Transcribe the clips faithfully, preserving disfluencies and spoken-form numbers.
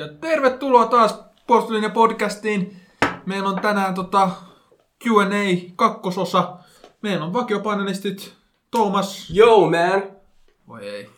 Ja tervetuloa taas Puolustuslinja podcastiin. Meillä on tänään tota Q and A kakkososa. Meillä on vakiopanelistit Thomas. Yo man! Voi ei.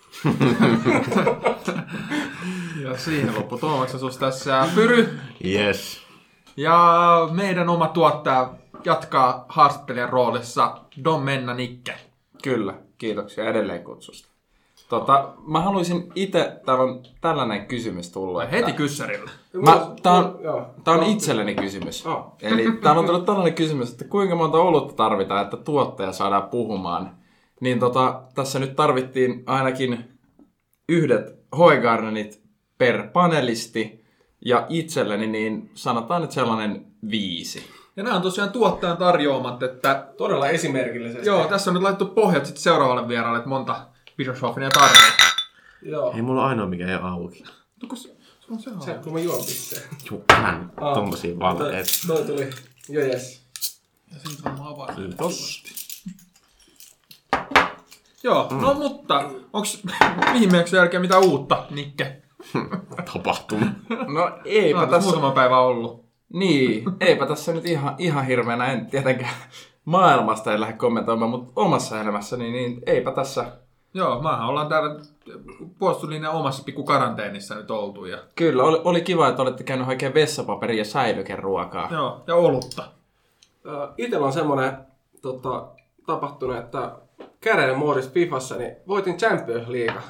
Ja siihen loppu Thomaksen tässä ja Pyry. Yes. Ja meidän oma tuottaja jatkaa haastattelijan roolissa Don Menna Nikke. Kyllä, kiitoksia edelleen kutsusta. Tota, mä haluaisin itse, täällä on tällainen kysymys tullut. Että Heti kyssärillä. Mä, tää on, tää on itselleni kysymys. Oh. Eli täällä on tullut tällainen kysymys, että kuinka monta olutta tarvitaan, että tuottaja saadaan puhumaan. Niin tota, tässä nyt tarvittiin ainakin yhdet Hoegaardenit per panelisti. Ja itselleni niin sanotaan nyt sellainen viisi. Ja nämä on tosiaan tuottajan tarjoamat, että... Todella esimerkillisesti. Joo, tässä on nyt laittu pohjat sitten seuraavalle vieraalle, että monta Bischoffinia tarvitsee. Joo. Ei mulla ainoa mikä ei ole auki. No, se, se on se Se, kun mä juon pisseen. Juu, älä Aa, tommosia valheet. Toi tuli. Joo, jes. Ja siitä on avaa. Kiitos. Joo, mm. no mutta, onks viimeksi jälkeen mitään uutta, Nikke? Tapahtunut. No eipä no, tässä... muutama päivä ollut. Niin, eipä tässä nyt ihan, ihan hirveänä, en tietenkään maailmasta ei lähde kommentoimaan, mutta omassa elämässäni, niin eipä tässä... Joo, maahan ollaan täällä Puolustuslinjan omassa pikku karanteenissa nyt oltu. Ja... Kyllä, oli, oli kiva, että olette käynyt oikein vessapaperia ja säilykeruokaa. Joo, ja olutta. Uh, Itellä on semmoinen tota, tapahtunut, että käden muodissa Fifassa niin voitin Champions League.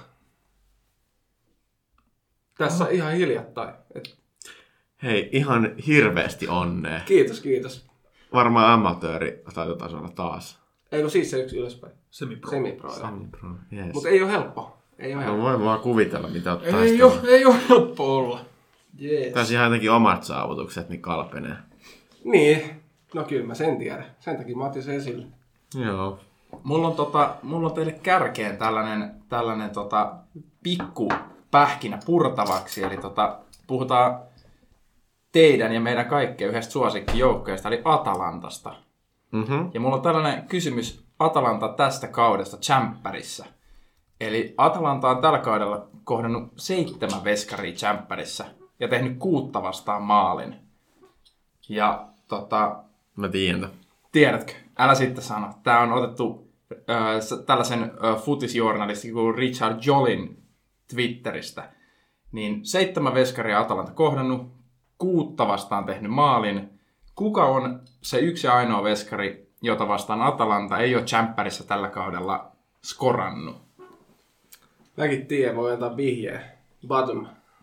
Tässä Aha. ihan hiljattain. Et... Hei, ihan hirveästi onnea. Kiitos, kiitos. Varmaan amatööri taitotasolla taas. Eikö siis se yksi ylöspäin? Semipro. Semipro, Semipro, yes. Mutta ei ole helppo. Ei ole No helppo. voi vaan kuvitella, mitä oot Ei ole, ei ole helppo olla. Yes. Tässä ihan jotenkin omat saavutukset, niin kalpenee. Niin, no kyllä mä sen tiedän. Sen takia mä otin sen esille. Joo. Mulla on, tota, mulla on teille kärkeen tällainen, tällainen tota, pikku pähkinä purtavaksi, eli tota, puhutaan teidän ja meidän kaikkien yhdestä suosikkijoukkueesta, eli Atalantasta. Mm-hmm. Ja mulla on tällainen kysymys Atalanta tästä kaudesta Champpärissä. Eli Atalanta on tällä kaudella kohdannut seitsemän veskaria Champpärissä ja tehnyt kuutta vastaan maalin. Ja tota... Mä tiedän. Tiedätkö? Älä sitten sano. Tää on otettu äh, tällaisen äh, futisjournalistin kuin Richard Jolin Twitteristä. Niin seitsemän veskaria Atalanta kohdannut, kuutta vastaan tehnyt maalin. Kuka on se yksi ja ainoa veskari, jota vastaan Atalanta ei ole Champpärissä tällä kaudella skorannut? Mäkin tiedän, voi antaa vihjeen. Bottom.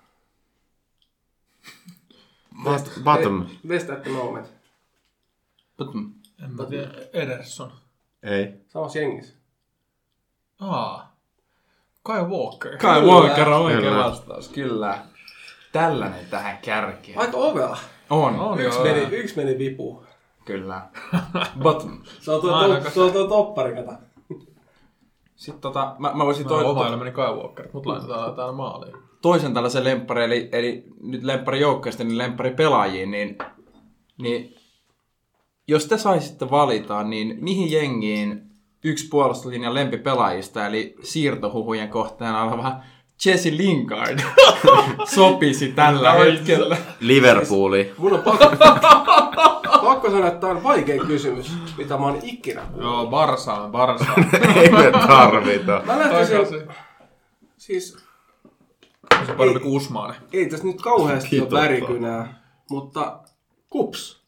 Bot- bottom. Best at the moment. Bottom. En mä tiedä, Ederson. Ei. Samassa jengissä. Aa, Kai Walker. Kai Kyllä. Walker on oikein Kyllä. vastaus, kyllä. Tällainen tähän kärkeen. Aika ovela. On, On Yksi joo. meni, yksi meni vipuun. kyllä. Bottom. Se on tuo, Aina tuo, tuo, tuo toppari, kata. Sitten tota, mä, mä voisin Mä toi, omailla meni Kai Walker, mut laitetaan täällä maaliin. toisen tällaisen lemppari, eli, eli nyt lemppari joukkueesta, niin lemppari pelaajiin, niin, niin jos te saisitte valita, niin mihin jengiin yksi puolustuslinjan lempipelaajista, eli siirtohuhujen kohteena oleva Jesse Lingard sopisi tällä hetkellä? Liverpooli. Mun on pakko, pakko sanoa, että tää on vaikein kysymys, mitä mä oon ikinä kuullut. Joo, Barsaan, Barsaan. Ei me tarvita. Mä lähtisin, siis Se on parempi kuin Usmane. ei tässä nyt kauheasti ole Totta. värikynää, mutta kups.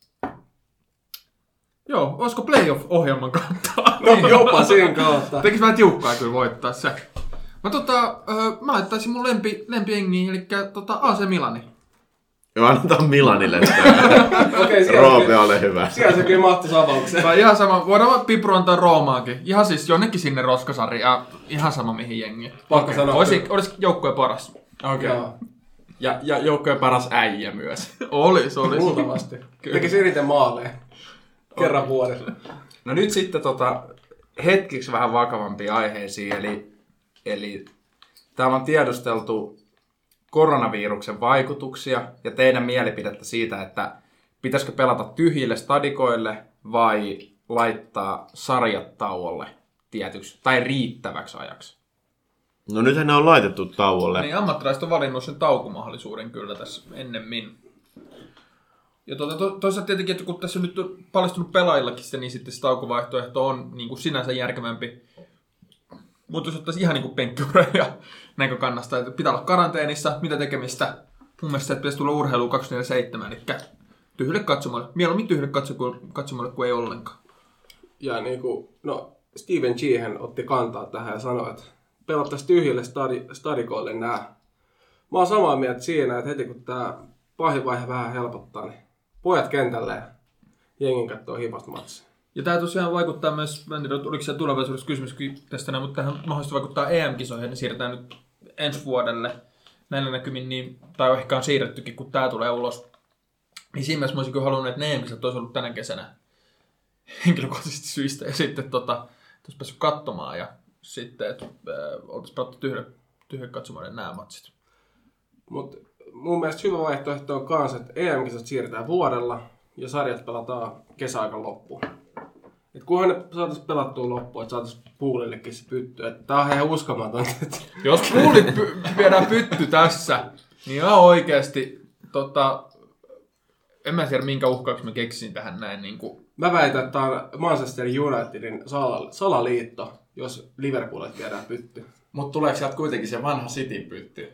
Joo, olisiko playoff-ohjelman kautta? No jopa sen kautta. Tekis vähän tiukkaa kyllä voittaa se. Mä tota, öö, mä laittaisin mun lempi, lempiengiin, eli tota A C Milani. Joo, annetaan Milanille sitä. Okei, siellä Roope, se, ole hyvä. siellä se kyllä mahtuisi avaukseen. Tai ihan sama, voidaan Pipru antaa Roomaakin. Ihan siis jonnekin sinne roskasarjaan, ihan sama mihin jengi. Pakko sanoa. Olisi, olisi joukkueen paras. Okei. Joo, Ja, ja joukkojen paras äijä myös. Olis, olis. luultavasti. Tekis eniten maaleja. Kerran vuodessa. No nyt sitten tota, hetkiksi vähän vakavampia aiheisiin, eli, eli täällä on tiedusteltu koronaviruksen vaikutuksia ja teidän mielipidettä siitä, että pitäisikö pelata tyhjille stadikoille vai laittaa sarjat tauolle tietyksi tai riittäväksi ajaksi. No nythän ne on laitettu tauolle. Niin ammattilaiset on valinnut sen taukomahdollisuuden kyllä tässä ennemmin. Ja tuota, to, toisaalta tietenkin, että kun tässä nyt on paljastunut pelaajillakin sitä, niin sitten se taukovaihtoehto on niin kuin sinänsä järkevämpi. Mutta jos ottaisiin ihan niin kuin penkkiurheilija näkökannasta, että pitää olla karanteenissa, mitä tekemistä. Mun mielestä että pitäisi tulla urheiluun kaksikymmentäneljä seitsemän, eli tyhjille katsomalle. Mieluummin tyhjille katsomalle kuin ei ollenkaan. Ja niin kuin, no Steven G. otti kantaa tähän ja sanoi, että pelattaisiin tyhjille stadi, stadikoille nämä. Mä oon samaa mieltä siinä, että heti kun tämä pahin vaihe vähän helpottaa, niin pojat kentälle ja jengin katsoo hipasta matsia. Ja tämä tosiaan vaikuttaa myös, mä en tiedä, oliko se tulevaisuudessa kysymys tästä näin, mutta tähän mahdollisesti vaikuttaa E M-kisoihin, niin siirretään nyt ensi vuodelle näillä näkymin, niin, tai ehkä on siirrettykin, kun tämä tulee ulos. Niin siinä mielessä mä olisin kyllä halunnut, että ne E M-kisat olisi ollut tänä kesänä henkilökohtaisesti syistä, ja sitten tota, olisi päässyt katsomaan, ja sitten, että äh, oltaisiin pelattu tyhjä, tyhjä katsomaan nämä matsit. Mutta mun mielestä hyvä vaihtoehto on kans, että E M-kisat siirretään vuodella, ja sarjat pelataan kesäaikan loppuun. Et kunhan ne saataisiin pelattua loppuun, että saataisiin Poolillekin se pytty. Että tää on ihan uskomatonta. Jos Poolit py- viedään pytty tässä, niin ihan oikeasti, tota, en mä tiedä minkä uhkaaksi mä keksin tähän näin. Niin kuin... Mä väitän, että tää on Manchester Unitedin sala- salaliitto, jos Liverpoolit viedään pytty. Mutta tuleeko sieltä kuitenkin se vanha Cityn pytty?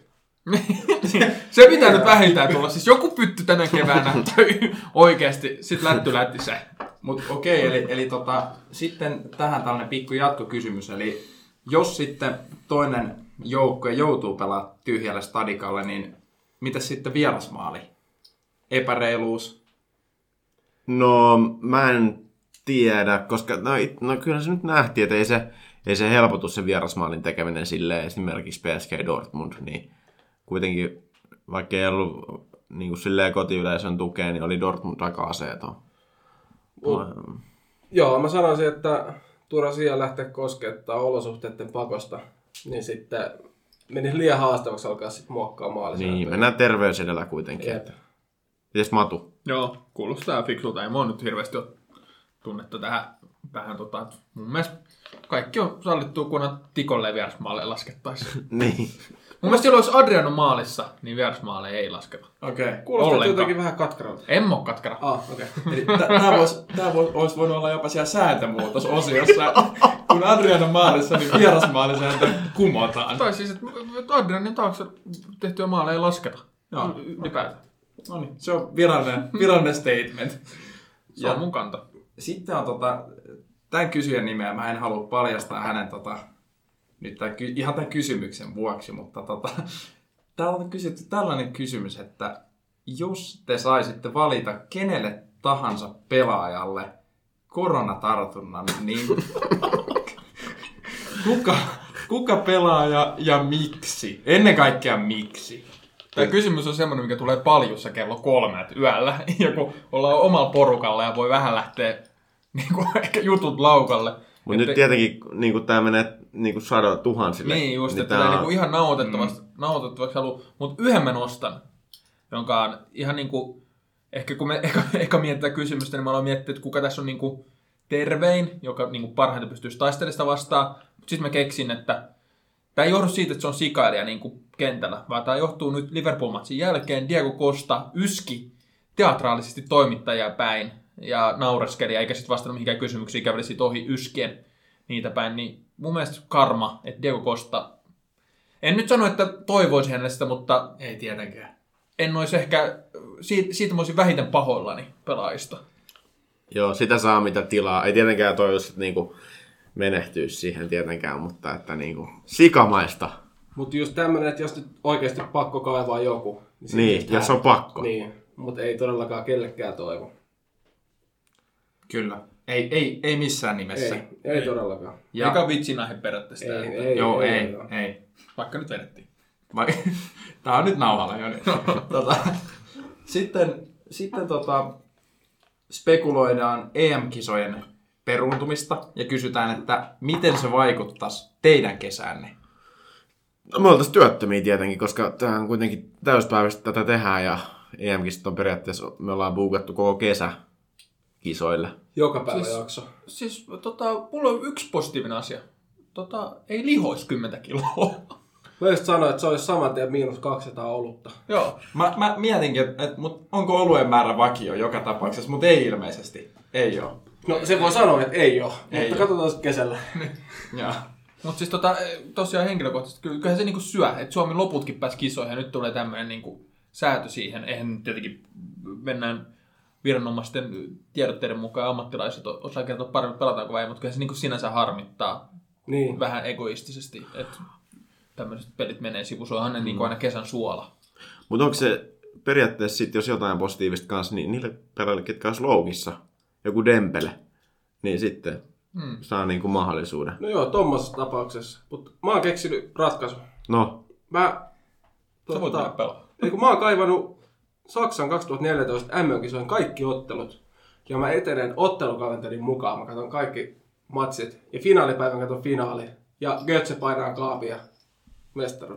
Se pitää nyt vähintään tulla. Siis joku pytty tänä keväänä. Oikeasti. Sitten lätty lätti se. Mutta okei, okay, eli, eli tota, sitten tähän tällainen pikku jatkokysymys. Eli jos sitten toinen joukkue joutuu pelaamaan tyhjälle stadikalle, niin mitä sitten vierasmaali? Epäreiluus? No, mä en tiedä, koska no, no kyllä se nyt nähtiin, että ei se, ei se helpotu se vierasmaalin tekeminen silleen, esimerkiksi P S G Dortmund, niin kuitenkin, vaikka ei ollut niin kuin silleen kotiyleisön tukea, niin oli Dortmund aika aseeton. Uh, joo, mä sanoisin, että turha siihen lähteä koskettaa olosuhteiden pakosta, niin sitten menisi liian haastavaksi alkaa sitten muokkaa maalisääntöjä. Niin, mennään terveys edellä kuitenkin. Jep. Mites Matu? Joo, kuulostaa fiksulta. Ei mua nyt hirveästi ole tunnetta tähän. tähän tota, mun mielestä kaikki on sallittua, kunhan tikolle vierasmaalle laskettaisiin. Niin. Mun mielestä jos olisi Adriano maalissa, niin vierasmaalle ei lasketa. Okei. Okay. Kuulostaa Ollenkaan. jotenkin vähän katkaralta. En mä oo katkara. Ah, okei. Okay. Eli tämä vois, tää vois, olisi voinut olla jopa siellä sääntömuutososiossa. Kun Adrian on maalissa, niin vierasmaalisääntö kumotaan. Tai siis, että Adrianin taakse tehtyä maaleja ei lasketa. Joo. Ylipäätään. No niin, se on virallinen, virallinen statement. Se on mun kanta. Sitten on tota, tämän kysyjän nimeä, mä en halua paljastaa hänen tota, nyt tämän, ihan tämän kysymyksen vuoksi, mutta tota, täällä on kysytty tällainen kysymys, että jos te saisitte valita kenelle tahansa pelaajalle koronatartunnan, niin kuka, kuka pelaaja ja miksi? Ennen kaikkea miksi? Tämä kysymys on semmoinen, mikä tulee paljussa kello kolme yöllä, ja kun ollaan omalla porukalla ja voi vähän lähteä niin kuin, ehkä jutut laukalle. Mutta nyt tietenkin niin tämä menee niin sado tuhansille. Niin just, niin että tulee niin ihan nauhoitettavaksi, mm. nauhoitettavaksi haluaa. Mutta yhden mä nostan, jonka on ihan niin kuin, ehkä kun me eka, eka mietitään kysymystä, niin mä aloin miettiä, että kuka tässä on niin kuin tervein, joka niin kuin parhaiten pystyisi taistelemaan sitä vastaan. Mutta sitten mä keksin, että tämä ei johdu siitä, että se on sikailija niin kuin kentällä, vaan tämä johtuu nyt Liverpool-matsin jälkeen. Diego Costa yski teatraalisesti toimittajia päin ja naureskeli, eikä sitten vastannut mihinkään kysymyksiin, käveli siitä ohi yskien niitä päin. Niin mun mielestä karma, että Diego Costa, en nyt sano, että toivoisin hänelle sitä, mutta ei tietenkään. En olisi ehkä, siitä, siitä mä olisin vähiten pahoillani pelaajista. Joo, sitä saa mitä tilaa. Ei tietenkään toivoisi, että niinku menehtyisi siihen tietenkään, mutta että niinku sikamaista. Mutta just tämmönen, että jos nyt oikeasti pakko kaivaa joku. Niin, niin jos on pakko. Niin, mutta ei todellakaan kellekään toivo. Kyllä. Ei, ei, ei missään nimessä. Ei, ei, ei. todellakaan. Ja... Eikä vitsin aihe periaatteessa. Ei, ei, Joo, ei, ei, ei. ei. Vaikka nyt vedettiin. Vai... Tää on nyt nauhalla jo. Niin. tota, sitten sitten tota, spekuloidaan E M-kisojen peruuntumista ja kysytään, että miten se vaikuttaisi teidän kesäänne? No, me oltaisiin työttömiä tietenkin, koska tähän kuitenkin täyspäiväisesti tätä tehdään ja E M-kisat on periaatteessa, me ollaan buukattu koko kesä kisoille. Joka päivä siis, jakso. Siis tota, mulla on yksi positiivinen asia. Tota, ei lihoisi kymmentä kiloa. Mä just sanoin, että se olisi saman tien miinus kaksisataa olutta. Joo. Mä, mä mietinkin, että et, mut onko oluen määrä vakio joka tapauksessa, mutta ei ilmeisesti. Ei oo. No se voi sanoa, että ei oo, Ei mutta oo. katsotaan sitten kesällä. Joo. Mutta siis tota, tosiaan henkilökohtaisesti, kyllä- kyllähän se niinku syö, että Suomi loputkin pääsi kisoihin ja nyt tulee tämmöinen niinku säätö siihen. Eihän nyt tietenkin mennään viranomaisten tiedotteiden mukaan ammattilaiset osaa kertoa paremmin pelataanko vai, mutta kyllä se niinku sinänsä harmittaa Niin. vähän egoistisesti, että tämmöiset pelit menee sivusuohan ne niinku aina kesän suola. Mutta onko se periaatteessa sitten, jos jotain positiivista kanssa, niin niille pelaajille, ketkä olisi loukissa, joku Dembele, niin sitten Hmm. saa niinku mahdollisuuden. No joo, tommosessa tapauksessa. Mutta mä oon keksinyt ratkaisun. No, Mä... Sä voit mennä pelaa. Eli kun mä oon kaivannut Saksan kaksituhattaneljätoista M M-kisojen kaikki ottelut, ja mä etenen ottelukalenterin mukaan. Mä katson kaikki matsit, ja finaalipäivän katson finaali, ja Götze painaa kaapia mestaruus.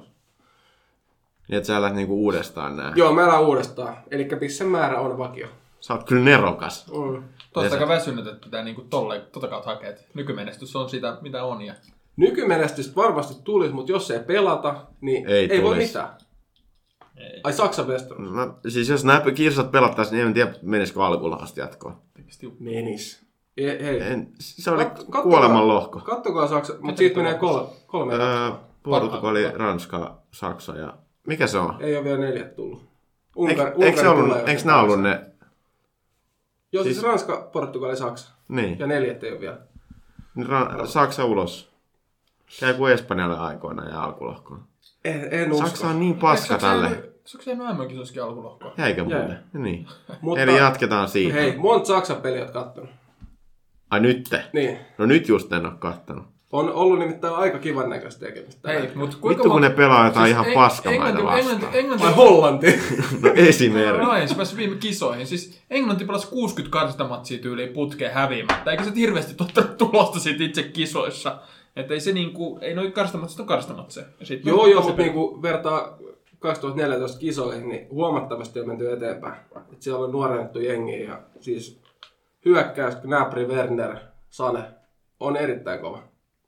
niin että sä lähdet niinku uudestaan nää. Joo, mä elän uudestaan. Eli pissen määrä on vakio. Sä oot kyllä nerokas. Mm. Tosta aika väsynyt, että pitää niinku tolle, tota kautta hakea, että nykymenestys on sitä, mitä on. Ja... Nykymenestystä varmasti tulisi, mutta jos ei pelata, niin Ei ei, ei voi tulis. mitään. Ei. Ai Saksan mestaruus. Mä, siis jos nämä kirsat pelattaisiin, niin en tiedä, menisikö alkulahasta jatkoon. Menis. Ei, hei. En, se oli Kat- kattokaa- kuoleman lohko. Kattokaa Saksa, mutta siitä menee kolme. kolme Öö, ratkoa. Portugali, Ranska, Saksa ja... Mikä se on? Ei ole vielä neljät tullut. Eikö, Unkari, eikö, se Unkari ollut, tulee eikö jo nämä ollut kahdeksan. ne... Joo, siis, siis- Ranska, Portugali, Saksa. Niin, Ja neljät ei ole vielä. niin Ra- Saksa ulos. Käy kuin Espanjalle aikoina ja alkulohkoon. En, en usko. Saksa on niin paska tälle. Saksa ei M M-kisoissakin alkulohkoa. Jäikö Jäi. mulle? Niin. Mutta, Eli jatketaan siitä. hei, monta Saksan peliä oot kattonut? Ai nytte? Niin. No nyt just en oo kattonut. On ollut nimittäin aika kivan näköistä tekemistä. Ei, mut kuinka Vittu kun ne mon- pelaa jotain ihan Eng- paskamaita Englanti- vastaan. Englanti, Englanti, Vai Hollanti? No esimerkiksi. No ei, se pääsi viime kisoihin. Siis Englanti pelasi kuusikymmentä karsintamatsia tyyliin putkeen häviämättä. Eikä se hirveästi tuottanut tulosta siitä itse kisoissa. Että ei se niinku, ei noi karsintamatsit on karsintamatseja. Ja sit Joo, ne- joo, tosi mutta peli- niinku vertaa kaksituhattaneljätoista kisoihin, niin huomattavasti on menty eteenpäin. Et siellä on nuorennettu jengi ja siis hyökkäys, Gnabry, Werner, Sane on erittäin kova.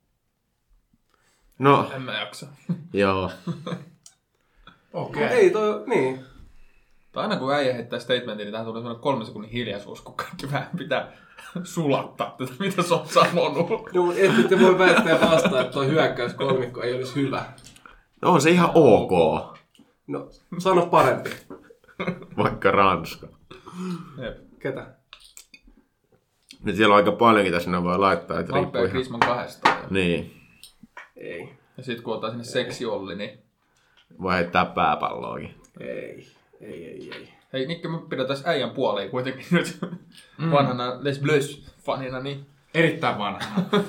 No, En mä jaksa. joo. Okei. Okay. Ei toi, niin. Tai aina kun äijä heittää statementin, niin tähän tulee sellainen kolme sekunnin hiljaisuus, kun kaikki vähän pitää sulattaa tätä, mitä se on sanonut. No, mutta ette te voi väittää vastaan, että toi hyökkäyskolmikko ei olisi hyvä. No on se ihan ok. No, sano parempi. Vaikka Ranska. Jep. Ketä? Nyt siellä on aika paljonkin tässä, ne voi laittaa. Että Alpe riippuu ja ihan... Griezmann kahdestaan. Niin. Ei. Ja sit kun ottaa sinne seksiolli, niin... Voi heittää pääpalloakin. Ei. Ei, ei, ei. Hei Nikke, me pidetään äijän puoleen kuitenkin nyt mm. vanhana Les Bleus-fanina, niin... Erittäin vanha.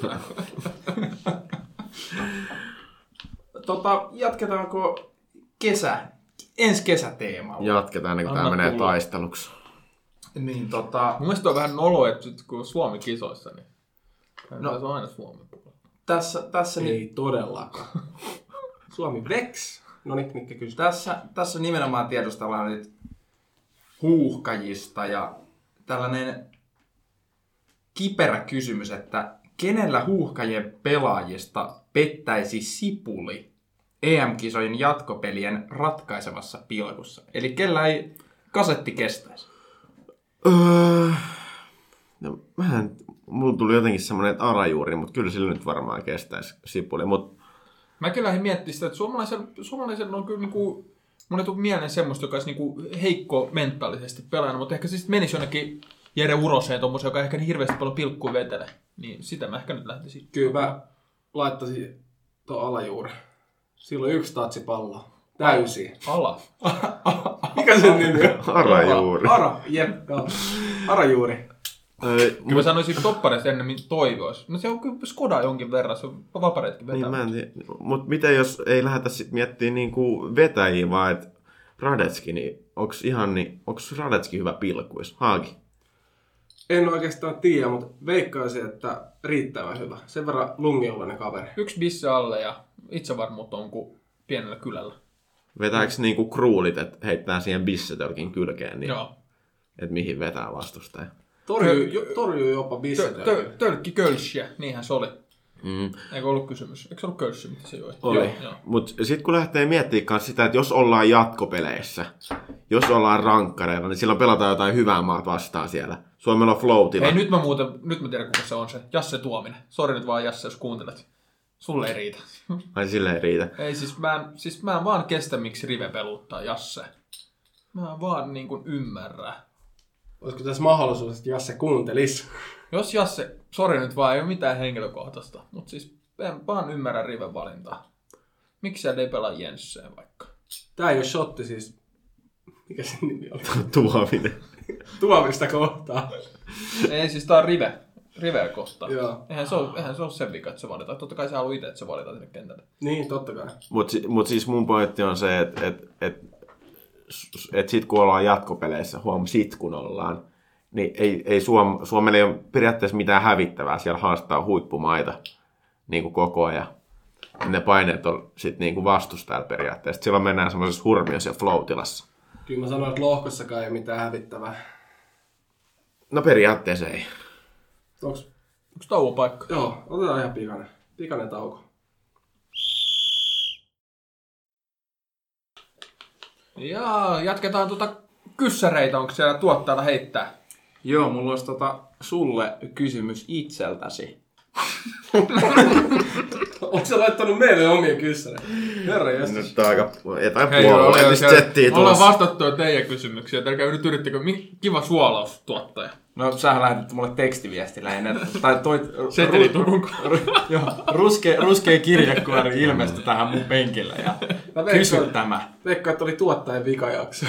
tota, jatketaanko kesä, ensi kesäteemalla? Jatketaan ennen kuin Anna tää menee tulla. taisteluksi. Niin tota, Mun mielestä on vähän nolo, että sit kun Suomi kisoissa, niin... No. Se on aina Suomen puolella. tässä, tässä, Ei niin, todellakaan. Suomi veks. No niin, Nikke kysyy. tässä, tässä nimenomaan tiedustellaan nyt huuhkajista ja tällainen kiperä kysymys, että kenellä huuhkajien pelaajista pettäisi sipuli E M-kisojen jatkopelien ratkaisevassa pilkussa? Eli kellä ei kasetti kestäisi? Öö, no, mä en, mulla tuli jotenkin semmoinen että arajuuri, mutta kyllä sillä nyt varmaan kestäisi sipuli. Mut, Mäkin lähdin miettimään sitä, että suomalaisella, suomalaisella on kyllä niinku... Mun ei tule mieleen semmoista, joka olisi niinku heikko mentaalisesti pelaajana, mutta ehkä se sitten menisi jonnekin Jere Uroseen tommosen, joka ehkä niin hirveästi paljon pilkkuu vetele. Niin sitä mä ehkä nyt lähtisin. Kyllä mä laittaisin tuon alajuuri. Silloin yksi tatsipallo. Täysin. Ala. Mikä sen nimi on? arajuuri. Ara, jep, joo. Arajuuri. Öö, Kyllä mä sanoisin toppareista ennemmin toivois. No se on kyllä Skoda jonkin verran, se on vapareetkin vetää. niin, mä en tiedä. Mut mitä jos ei lähdetä sit miettimään niinku vetäjiä, vaan että Radetski, niin onks ihan niin, onks Radetski hyvä pilkuis? Haaki. En oikeastaan tiedä, mutta veikkaisin, että riittävän hyvä. Sen verran lungiollainen kaveri. Yksi bisse alle ja itsevarmuutta on kuin pienellä kylällä. Vetääks niinku kruulit, että heittää siihen bissetölkin kylkeen, niin Joo. että mihin vetää vastustaja. Torjuu, jo, torjuu jopa bissetä. Tö, tö, tölkki kölschiä, niinhän se oli. Mm. Eikö ollut kysymys? Eikö se ollut kölssy, mitä se joi? Oli. Mutta sitten kun lähtee miettimään sitä, että jos ollaan jatkopeleissä, jos ollaan rankkareilla, niin silloin pelataan jotain hyvää maat vastaan siellä. Suomella on floatilla. Hei, nyt mä muuten, nyt mä tiedän kuka se on se. Jasse Tuominen. Sori nyt vaan Jasse, jos kuuntelet. Sulle ei riitä. Ai silleen ei riitä. Ei, siis mä en, siis mä en vaan kestä, miksi Rive peluttaa Jasse. Mä en vaan niin kuin ymmärrä. Olisiko tässä mahdollisuus, että Jasse kuuntelisi? Jos Jasse, sori nyt vaan, ei ole mitään henkilökohtaista, mutta siis en vaan ymmärrä Riven valintaa. Miksi siellä ei pelaa Jensseen vaikka? Tää ei ole shotti siis. Mikä sen nimi oli? Tuominen. Tuomista kohtaa. Ei, siis tää on Rive. Riveä kohtaan. Joo. Eihän se ole, eihän se ole sen vika, että se valitaan. Totta kai se haluaa itse, että se valitaan sinne kentälle. Niin, totta kai. Mutta mut siis mun pointti on se, että et, et, et sit kun ollaan jatkopeleissä, huom sit kun ollaan, niin ei, ei Suom, Suomella ei ole periaatteessa mitään hävittävää. Siellä haastaa huippumaita niin kuin koko ajan. Ne paineet on sitten niin kuin vastustajalla periaatteessa. Silloin mennään semmoisessa hurmiossa ja floatilassa. Kyllä mä sanoin, että lohkossakaan ei mitään hävittävää. No periaatteessa ei. Onks? Onko tauopaikka? Joo, otetaan ihan pikainen. Pikainen tauko. Ja jatketaan tuota kyssäreitä. Onko siellä tuottajalla heittää? Joo, mulla olisi tota sulle kysymys itseltäsi. Onko sä laittanut meille omia kyssäreitä? Herra jästäs. Nyt on aika jotain Hei, puolueellista settiä ollaan tulossa. vastattu teidän kysymyksiä. Älkää nyt yrittäkö. Kiva suolaus, tuottaja. No, sähän lähetit mulle tekstiviestillä ennen. Tai toi... Setelitukun. Joo, ruskea, ruskea kirjekuori ilmestyi tähän mun penkille ja kysy tämä. Veikkaan, että oli tuottajan vikajakso.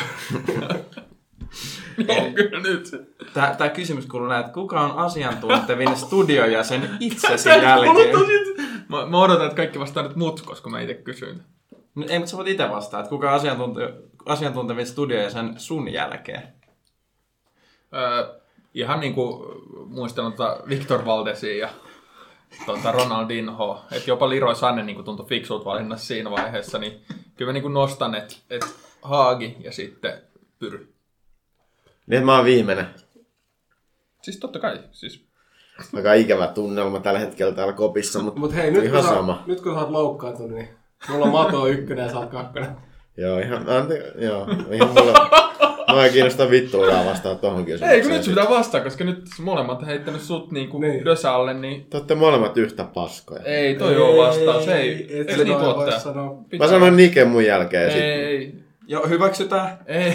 Joo, kyllä nyt. Tää, tää kysymys kuuluu näin, että kuka on asiantuntevin studiojäsen itsesi jälkeen? Mä, mä odotan, että kaikki vastaa nyt mut, koska mä itse kysyin. No, ei, mutta sä voit itse vastaa, että kuka on asiantunte- asiantuntevin studiojäsen sun jälkeen? Öö, ihan niinku muistelin tuota Victor Valdesia ja tuota Ronaldinhoa. Että jopa Leroy Sané niinku tuntui fiksulta valinnassa siinä vaiheessa. Niin kyllä mä niinku nostan, että et Haagi ja sitten Pyry. Niin, mä oon viimeinen. Siis totta kai. Siis. Aika ikävä tunnelma tällä hetkellä täällä kopissa, mutta Mut hei, nyt ihan kun, sä, sama. nyt kun sä oot loukkaantunut, niin mulla on Mato ykkönen ja sä oot kakkonen. Joo, ihan, ante, joo, ihan mulla... Mä en kiinnosta vittuillaan vastaa tohon kysymykseen. Ei, kun nyt sun pitää vastaa, koska nyt molemmat heittänyt sut niinku Niin. dösälle, niin... Te ootte molemmat yhtä paskoja. Ei, toi ei oo vastaus. Ei, et ei sä niin noin voi tuottaja. sanoa. Mä sanon Nike mun jälkeen sit. Ei, Joo, hyväksytään. ei.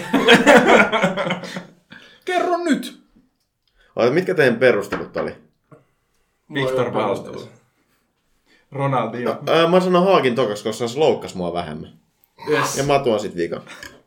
Kerro nyt! Oota, mitkä teidän perustelut oli? Victor Valdes. Ronaldinho. Ää, mä sanon Haagin tokas, koska se loukkas mua vähemmän. Yes. Ja mä tuon sit vikan.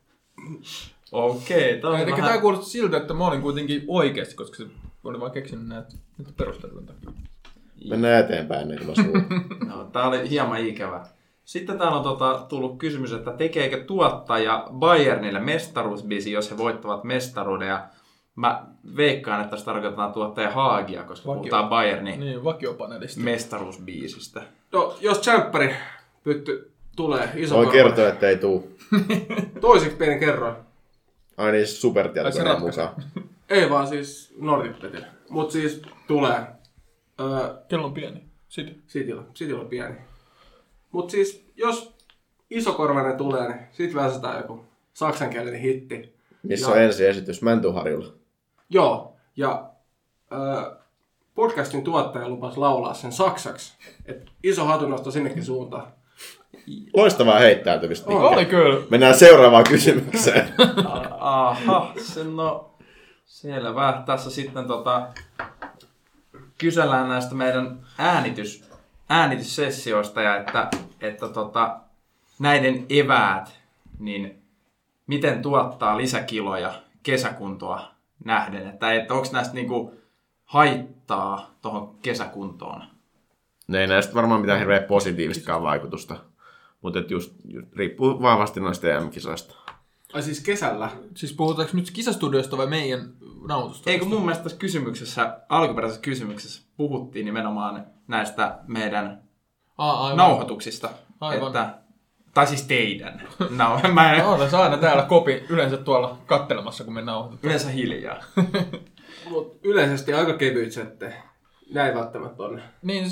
Okei, tää on Eli vähän... tää kuulosti siltä, että mä olin kuitenkin oikeesti, koska se oli vaan keksinyt näitä, näitä perustelujen takia. Mennään eteenpäin ennen kuin mä suun. No, tää oli hieman ikävä. Sitten täällä on tota, tullut kysymys, että tekeekö tuottaja Bayernille mestaruusbiisi, jos he voittavat mestaruuden. Ja mä veikkaan, että tässä tarkoitetaan tuottaja Haagia, koska Vakio. puhutaan Bayernin Niin, vakiopanelista. mestaruusbiisistä. No, jos Champpari pytty tulee iso Voin korva. kertoa, että ei tuu. Toiseksi pieni kerroin. Ai niin, Ai se supertietokoneen ratkaisee. mukaan. Ei vaan siis Nordicbetillä. Mut siis tulee. Öö, Kello on pieni. Sitten. Cityllä. Cityllä on pieni. Mut siis, jos isokorvainen tulee, niin sit väsätään joku saksankielinen hitti. Missä Ja- on ensi esitys? Mäntyharjulla. Joo, ja öö, podcastin tuottaja lupasi laulaa sen saksaksi. Et iso hatunnosto sinnekin suuntaan. Loistavaa heittäytymistä. Nikke. Oli kyllä. Mennään seuraavaan kysymykseen. Aha, se no selvä. Tässä sitten tota, kysellään näistä meidän äänitys, äänityssessioista ja että, että tota, näiden eväät, niin miten tuottaa lisäkiloja kesäkuntoa nähden, että, että onko näistä niinku haittaa tuohon kesäkuntoon? Ne ei näistä varmaan mitään hirveän positiivistakaan vaikutusta. Mutta just, just riippuu vahvasti noista E M-kisoista. Ai siis kesällä. Siis puhutaanko nyt kisastudiosta vai meidän nautusta? Eikö mun mielestä tässä kysymyksessä, alkuperäisessä kysymyksessä puhuttiin nimenomaan näistä meidän Aa, aivan. nauhoituksista. Aivan. Että, tai siis teidän. No, mä en Olen aina täällä kopi yleensä tuolla kattelemassa, kun me nauhoitetaan. yleensä hiljaa. Mut yleisesti aika kevyt settejä. Näin välttämättä on. Niin siis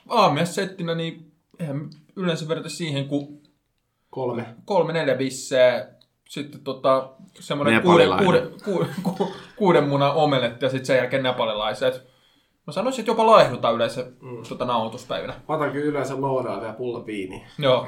aamiaissettinä, niin eihän yleensä verrata siihen, kun Kolme. kolme, neljä bisseä, sitten tota, semmoinen Nepalilainen. kuuden, kuuden, kuuden, kuuden munan omeletti ja sitten sen jälkeen nepalilaiset. Mä sanoisin, että jopa laihdutaan yleensä mm. tota, nauhoituspäivinä. Mä otan kyllä yleensä lounaan vielä pullon viiniä. Joo.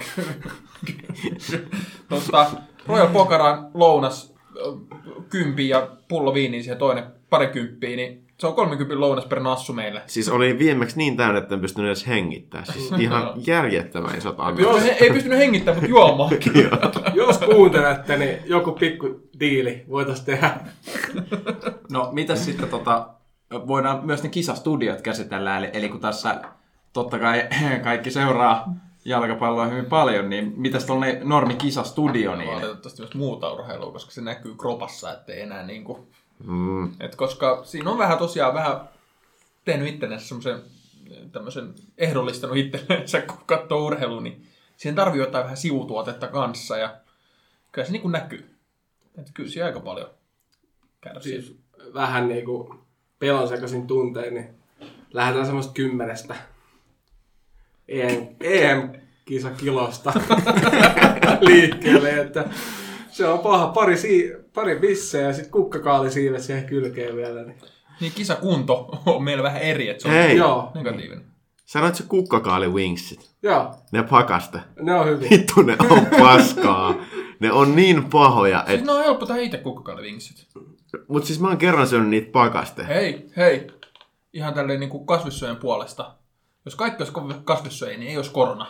tota, Royal Pocaran lounas kympi ja pullo viiniä siihen toinen parikymppiä, niin se on kolmenkympin lounas per nassu meille. Siis oli viimeksi niin täynnä, että en pystynyt edes hengittämään. Siis ihan järjettömän isot annokset. Ei, ei pystynyt hengittämään, mutta juomaan. Jos kuuntelette, niin joku pikku diili voitaisiin tehdä. No, mitäs sitten tota, voidaan myös ne kisastudiot käsitellä, eli, eli kun tässä totta kai kaikki seuraa jalkapalloa hyvin paljon, niin mitäs tuollainen normi kisastudio? Niin... Valitettavasti myös muuta urheilua, koska se näkyy kropassa, ettei enää niinku... Mm. Et koska siinä on vähän tosiaan vähän tehnyt itselleen semmoisen tämmöisen ehdollistanut itsellensä, kun katsoo urheilua, niin siihen tarvii jotain vähän sivutuotetta kanssa ja kyllä se niinku näkyy. Että kyllä siinä aika paljon kärsii. Siis vähän niinku pelon sekaisin tuntein, niin lähdetään semmoista kymmenestä E M-kisakilosta liikkeelle, että se on paha. Pari, sii, pari bissejä ja sitten kukkakaalisiivet siihen kylkeen vielä. Niin, niin kisakunto on meillä vähän eri, että se on Hei. Joo. negatiivinen. Sanoit se kukkakaali wingsit. Joo, Ne pakaste. ne on hyvin. Vittu ne on paskaa. Ne on niin pahoja, Siis et... ne on helppo tehdä itse kukkakaalivinksit. Mut siis mä oon kerran syönyt niitä pakaste. Hei, hei. Ihan tälleen niin kuin kasvissyöjen puolesta. Jos kaikki olisi kasvissyöjä, niin ei olisi korona.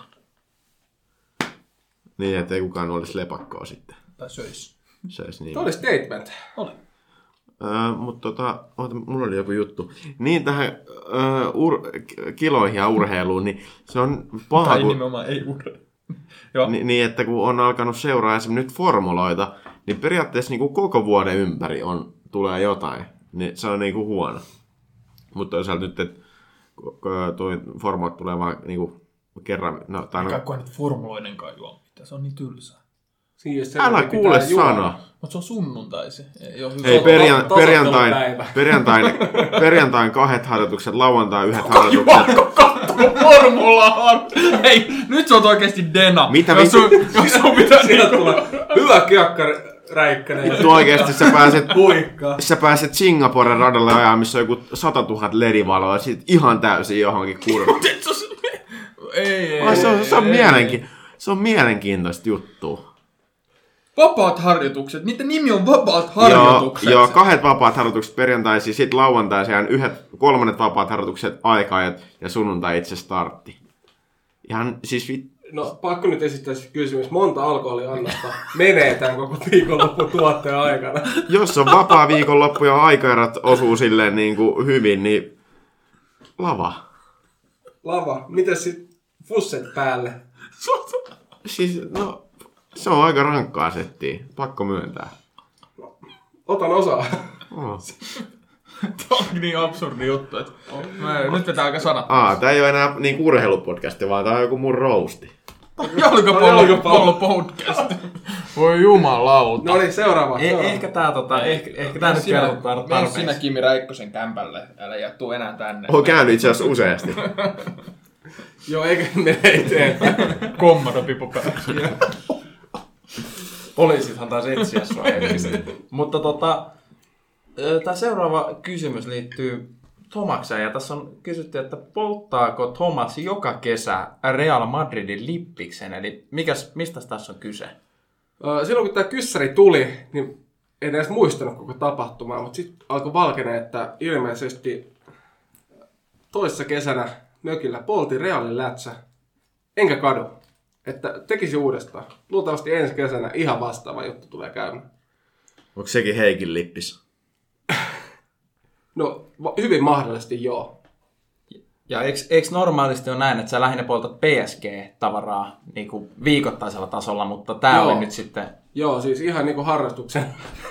Niin, ettei kukaan olisi lepakkoa sitten. Tai söisi. Söis niin. Tuo oli statement. Oli. Öö, mutta tota, oota, mulla oli joku juttu. Niin tähän öö, ur, kiloihin ja urheiluun, niin se on paha, Tai kun, nimenomaan ei urheilu. Joo. ni, niin että kun on alkanut seuraa esimerkiksi nyt formuloita, niin periaatteessa niin kuin koko vuoden ympäri on, tulee jotain. Niin se on niin kuin huono. Mutta toisaalta nyt, että tuo formulat tulee vaan niin kuin kerran. No, tai no, Eikä kukaan nyt formuloinenkaan juo mitään. Se on niin tylsää. Siis älä kuule sanoa. Mutta se on sunnuntaisi. Ei, ole hyvä. Ei, perjan, to- perjantain, totuttelupäivä. perjantain, perjantain kahdet harjoitukset, lauantai yhdet harjoitukset. Juokko kattoo formulaan! Hei, nyt se on oikeesti Dena. Mitä jos sun, jos sun pitää Sieltä niinku... tulee hyvä kiakkaräikkäinen. Tuo oikeesti sä pääset, Huikkaa. sä pääset Singaporen radalle ajaa, missä on joku sata tuhatta ledivaloa ja sit ihan täysin johonkin kurvaan. Ei, ei, Ai, se on, se on, ei, mielenki- se on mielenkiintoista juttua. Vapaat harjoitukset. Niiden nimi on vapaat Joo, harjoitukset. joo, kahdet vapaat harjoitukset perjantaisin, sit lauantaisiin yhdet, kolmannet vapaat harjoitukset aikaajat ja sunnuntai itse startti. Ihan siis vit... No, pakko nyt esittää se kysymys. Monta alkoholiannasta menee tämän koko viikonlopun tuotteen aikana? Jos on vapaa viikonloppu ja aikaerät osuu silleen niin kuin hyvin, niin lava. Lava. Miten sit fusset päälle? Siis, no, se on aika rankkaa settiä, pakko myöntää. Otan osaa. Oh. Tämä on niin absurdi juttu, että mä, nyt pitää aika sanat. Aa, tää ei ole enää niin urheilupodcasti, vaan tää on joku mun rousti. Jalkapallo podcast. Voi jumalauta. No niin, seuraava. Eh, seuraava. ehkä tää, tota, ehkä, ehkä tää nyt kertoo Mene tarpeeksi. sinä Kimi Räikkösen kämpälle, älä jää tuu enää tänne. Oon käynyt itse asiassa useasti. Joo, eikä mene eteenpäin. Kommado pipo päässä. Poliisithan taas etsiä sua ensin. Mutta tota, tämä seuraava kysymys liittyy Tomakseen. Ja tässä on kysytty, että polttaako Thomas joka kesä Real Madridin lippiksen? Eli mikäs, mistä tässä on kyse? Silloin kun tämä kyssäri tuli, niin en edes muistanut koko tapahtumaa, mutta sitten alkoi valkenee, että ilmeisesti toissa kesänä mökillä poltin Realin lätsä, enkä kadu. Että tekisi uudestaan. Luultavasti ensi kesänä ihan vastaava juttu tulee käymään. Onko sekin Heikin lippis? No, va- hyvin mahdollisesti joo. Ja eikö, eikö normaalisti ole näin, että sä lähinnä poltat P S G-tavaraa niin kuin viikoittaisella tasolla, mutta tää Joo. oli nyt sitten... Joo, siis ihan niinku harrastuksen.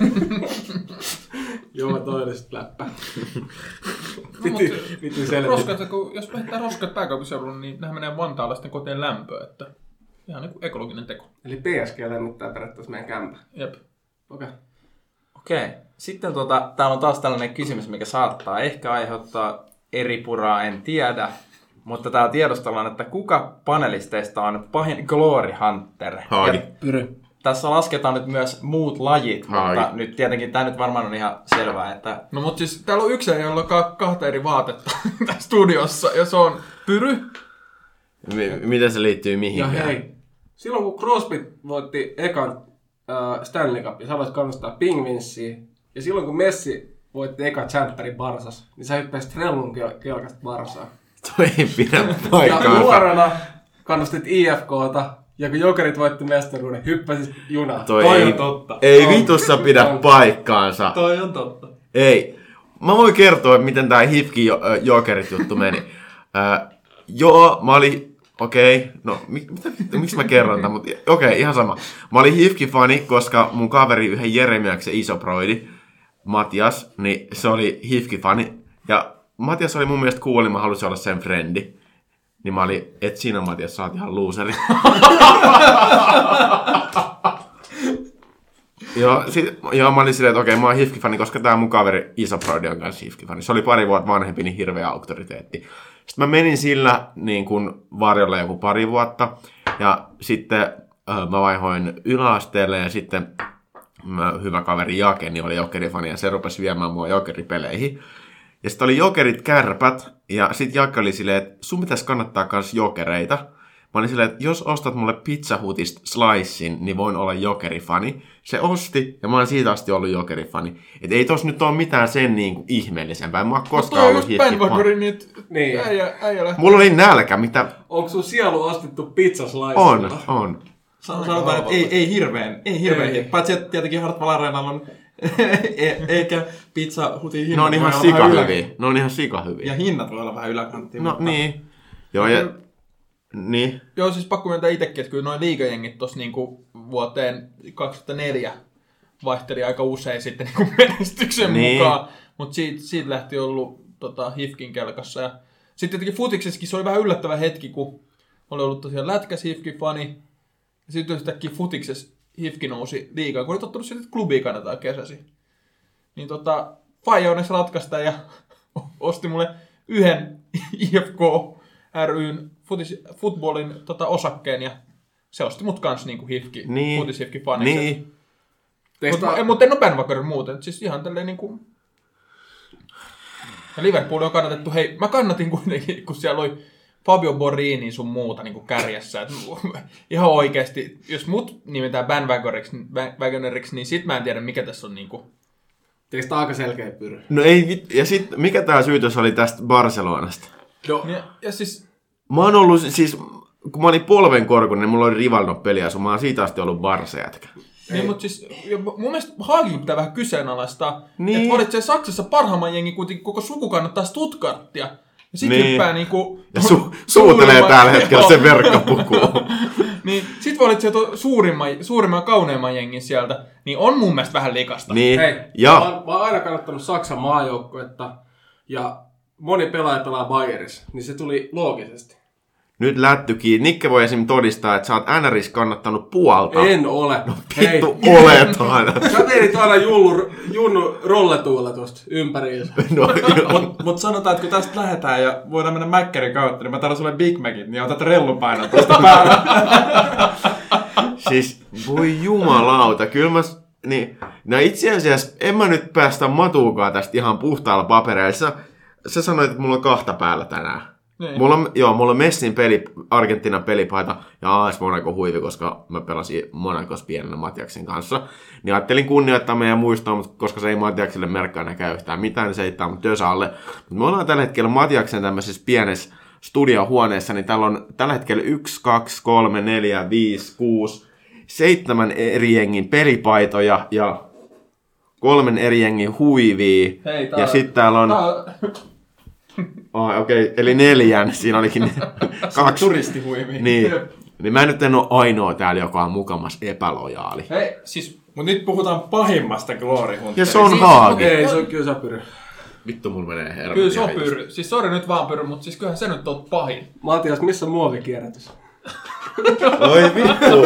Joo, toi oli sit läppä. Piti, piti selvittää. Roskat, kun, jos heittää roskat pääkaupunkiseudulla, niin nehän menee vantaalaisten koteen lämpöön, että ihan niin kuin ekologinen teko. Eli P S G lämmittää periaatteessa meidän kämpä. Jep. Okei. Okay. Okei. Sitten tota, täällä on taas tällainen kysymys, mikä saattaa ehkä aiheuttaa eri puraa, en tiedä. mutta täällä tiedostellaan, että kuka panelisteista on pahin Glory Hunter. Haagi. Ja Pyry. Tässä lasketaan nyt myös muut lajit, Haagi. mutta nyt tietenkin tämä nyt varmaan on ihan selvää, että... No mutta siis täällä on yksi, jolla on ka- kahta eri vaatetta tässä studiossa, ja se on Pyry. M- miten se liittyy Ja mihinkään? hei, silloin kun Crosby voitti ekan äh, Stanley Cup, ja sä voit kannustaa Penguinsia, ja silloin kun Messi voitti ekan Champerin Barsas, niin sä hyppäisit Rellun kel- kelkasta Barsaan. Toi ei pidä Ja paikkaansa. nuorena kannustit I F K:ta, ja kun Jokerit voitti mestaruuden, hyppäsit junaan. Toi, Toi ei, on totta. ei On. vitussa pidä On. paikkaansa. Toi on totta. Ei. Mä voin kertoa, miten tää Hifki jo, äh, Jokerit juttu meni. Äh, joo, mä olin... Okei, okay, no mi, mitä, miksi mä kerron tämän, mutta okei, okay, ihan sama. Mä olin Hifki-fani, koska mun kaveri yhden Jeremiaksen isoproidi, Matias, niin se oli Hifki-fani. Ja Matias oli mun mielestä cool, niin mä halusin olla sen frendi. Niin mä olin, et siinä Matias, sä oot ihan looseri. Joo, sit, joo, mä olin silleen, että okei, okay, mä oon Hifki-fani, koska tää mun kaveri isoproidi on kanssa Hifki-fani. Se oli pari vuotta vanhempi, niin hirveä auktoriteetti. Sitten mä menin sillä niin kun varjolla joku pari vuotta. Ja sitten äh, mä vaihoin yläasteelle ja sitten mä, hyvä kaveri Jake, niin oli Jokerifani ja se rupesi viemään mua Jokeripeleihin. Ja sitten oli Jokerit Kärpät ja sitten Jake oli silleen, että sun pitäisi kannattaa kans Jokereita. Mä olin silleen, että jos ostat mulle Pizza Hutista slicein, niin voin olla Jokerifani. Se osti, ja mä oon siitä asti ollut Jokerifani. Et ei tos nyt ole mitään sen niinku ihmeellisempää. Mä oon koskaan Mutta ollut toi on just Ben Hifki-fani. niin, Niin. äijä, äijä lähti. Mulla oli nälkä, mitä... Onko sun sielu ostettu pizzaslicella? On, on. Sanotaan, että ei, ei hirveän, ei hirveän. Ei. Paitsi, että tietenkin Hartwall Areenalla on e- eikä Pizza Hutin hinnat Ne on ihan voi olla sika vähän ylä- hyviä. Ne on ihan sika hyviä. Ja hinnat voi olla vähän yläkanttia. No mutta... niin. Joo, ja... Niin. Joo, siis pakko myöntää itsekin, että kyllä noin liigajengit tossa niinku vuoteen kaksituhattaneljä vaihteli aika usein sitten niinku menestyksen Niin. mukaan. Mutta siitä, siitä lähti ollut tota, Hifkin kelkassa. Ja sitten tietenkin futiksessakin se oli vähän yllättävä hetki, kun oli ollut tosiaan lätkäs Hifki-fani. Ja sitten yhtäkkiä futiksessa Hifki nousi liigaan, kun oli tottunut siitä, että klubia kannataan kesäsi. Niin tota, Faija onneksi ratkaista ja osti mulle yhden I F K ry:n futis, footballin tota, osakkeen ja se osti mut kans niinku hifki, Niin. futis-hifki faniksi. Niin. Mutta mut, mut en oo bandwagoner muuten, siis ihan tälleen niinku... Ja Liverpool on kannatettu, hei, mä kannatin kuitenkin, kun siellä oli Fabio Borini sun muuta niinku kärjessä. Et, ihan oikeesti, jos mut nimetään bandwagoneriksi, niin sit mä en tiedä mikä tässä on niinku... Teistä aika selkeä pyry. No ei, vit- ja sit mikä tää syytös oli tästä Barcelonasta? No, Ja, ja siis... Mä oon ollut, siis, kun mä olin polvenkorkunen, niin mulla oli Rivaldo-peli ja mä oon siitä asti ollut Barça-jätkä. Niin, mutta siis ja mun mielestä Haagikin pitää vähän kyseenalaistaa, Niin. että valitsee Saksassa parhaimman jengi, kuitenkin koko suku kannattaa Stuttgartia. Ja sit Niin. hyppää niinku... Ja su- suutelee suurimman- tällä hetkellä Joo. sen verkkopukuun. Niin, sit valitsee tuon suurimman, suurimman kauneimman jengin sieltä, niin on mun mielestä vähän likasta. Niin, hei, mä, ja oon, mä oon aina kannattanut Saksan maajoukkuetta ja moni pelaaja pelaa Bayerissa, niin se tuli loogisesti. nyt lättykin. Nikke voi esim. Todistaa, että sä oot N R:ssä kannattanut puolta. En ole. No, Vittu oletaan. Sä vedit aina jullu, junnu rolletuulla tuosta ympäriinsä. No, joo. Mut, mut sanotaan, että kun tästä lähdetään ja voidaan mennä Mäkkärin kautta, niin mä tarvitsen sulle Big Macit, niin otat rellupainon tuosta päällä. Siis, voi jumalauta, kyllä mä... Niin, no itse asiassa, en mä nyt päästä Matuukaan tästä ihan puhtaalla papereilla. Sä, sä sanoit, että mulla on kahta päällä tänään. Niin. Mulla on, joo, mulla on Messin peli, Argentiinan pelipaita ja A S Monaco huivi, koska mä pelasin Monacos pienenä Matiaksen kanssa. Niin ajattelin kunnioittaa meidän muistoa, mutta koska se ei Matiakselle merkkaa näkään yhtään mitään, niin se heittää mut tösaalle. Mutta me ollaan tällä hetkellä Matiaksen tämmöisessä pienessä studiohuoneessa, niin täällä on tällä hetkellä yksi, kaksi, kolme, neljä, viisi, kuusi, seitsemän eri jengin pelipaitoja ja kolmen eri jengin huivia. Hei, tää ja on- sitten täällä on... Tää on- Oh, okei, okay. Eli neljän. Siinä olikin kaksi. Turistihuimi. Niin. Niin mä nyt en ole ainoa täällä, joka on mukamas epälojaali. Hei, siis... Mut nyt puhutaan pahimmasta Glory Hunterista. Ja se on Siis- Haagi. Ei, se on kyllä sä pyry. Vittu, mulla menee hermo. Kyllä se on pyry. Siis sori nyt vaan pyry, mutta siis kyllähän se nyt on pahin. Matias, missä on muovikierrätys? Oi vittu.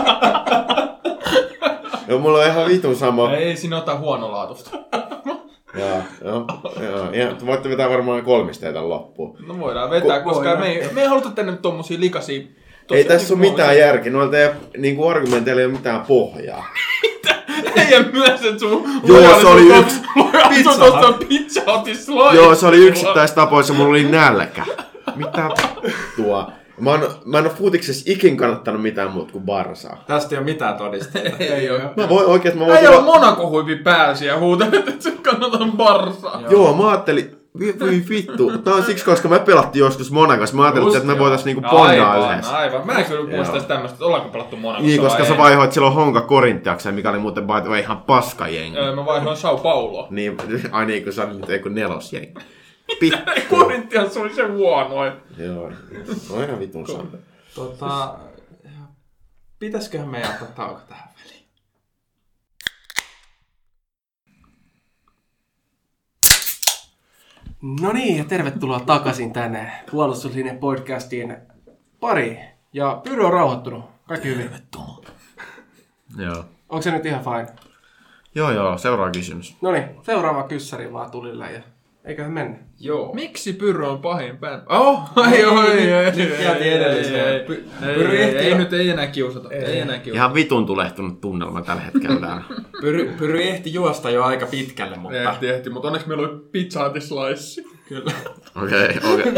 No mulla on ihan vitun sama. Ei siinä ota huonolaatusta. Joo, joo, joo. Ja voitte vetää varmaan kolmisteita loppuun. No voidaan vetää, Ko- koska voidaan. me ei, me ei haluta tänne tommosia likaisia... Ei tässä ole mitään järkeä. Noilla teidän niinku argumenteilla ei ole mitään pohjaa. Teidän myös, että sun... Joo, se oli yksi... Pizza Hut. Pizza Hutissa loistuu. Joo, se oli yksittäistapoissa, mulla oli nälkä. Mitä tuo? Mä en, mä en ole futiksessa ikin kannattanut mitään muuta kuin Barsaa. Tästä ei ole mitään todisteita. Ei oo. Mä voin oikeesti, mä voin... Ei ole Monaco-huivi pääsi ja huutelet, että sä kannataan Barsaa. Joo, mä ajattelin... Voi vittu. Tää on siksi, koska me pelattiin joskus Monacossa. Mä ajattelin, että me voitais niinku bondaa Aivan, yhdessä. aivan. Mä en kyllä muista tämmöstä, että ollaanko pelattu Monacossa. Niin, koska vai sä ei. vaihoit silloin Honka Korinthiakseen, mikä oli muuten by the way ihan paskajengi. Öö, mä vaihoin Sao Paulo. Niin, ai niin, kun sä olit nyt joku nelosjengi. Pittu. Korinthians oli se huonoin. Joo. No ihan vitun sana. Tota, pitäisiköhän me jättää tauko tähän väliin? No niin, ja tervetuloa takaisin tänne Puolustuslinjan podcastiin pariin. Ja Pyry on rauhoittunut. Kaikki hyvin. Tervetuloa. Joo. Onko se nyt ihan fine? Joo, joo. Seuraava kysymys. No niin, seuraava kyssäri vaan tulille ja eiköhän mennä. Joo. Miksi Pyrrö on pahin pään? Oh, ei, ei, ei, Nyt jäätiin edelliseen. Ei, Pyry ei, ehti ei, jo- nyt ei enää kiusata. Ei enää kiusata. Ihan vitun tulehtunut tunnelma tällä hetkellä täällä. Pyry, Pyry ehti juosta jo aika pitkälle, mutta... Ehti, ehti, mutta onneksi meillä oli Pizza Hut slice. Kyllä. Okei, okei.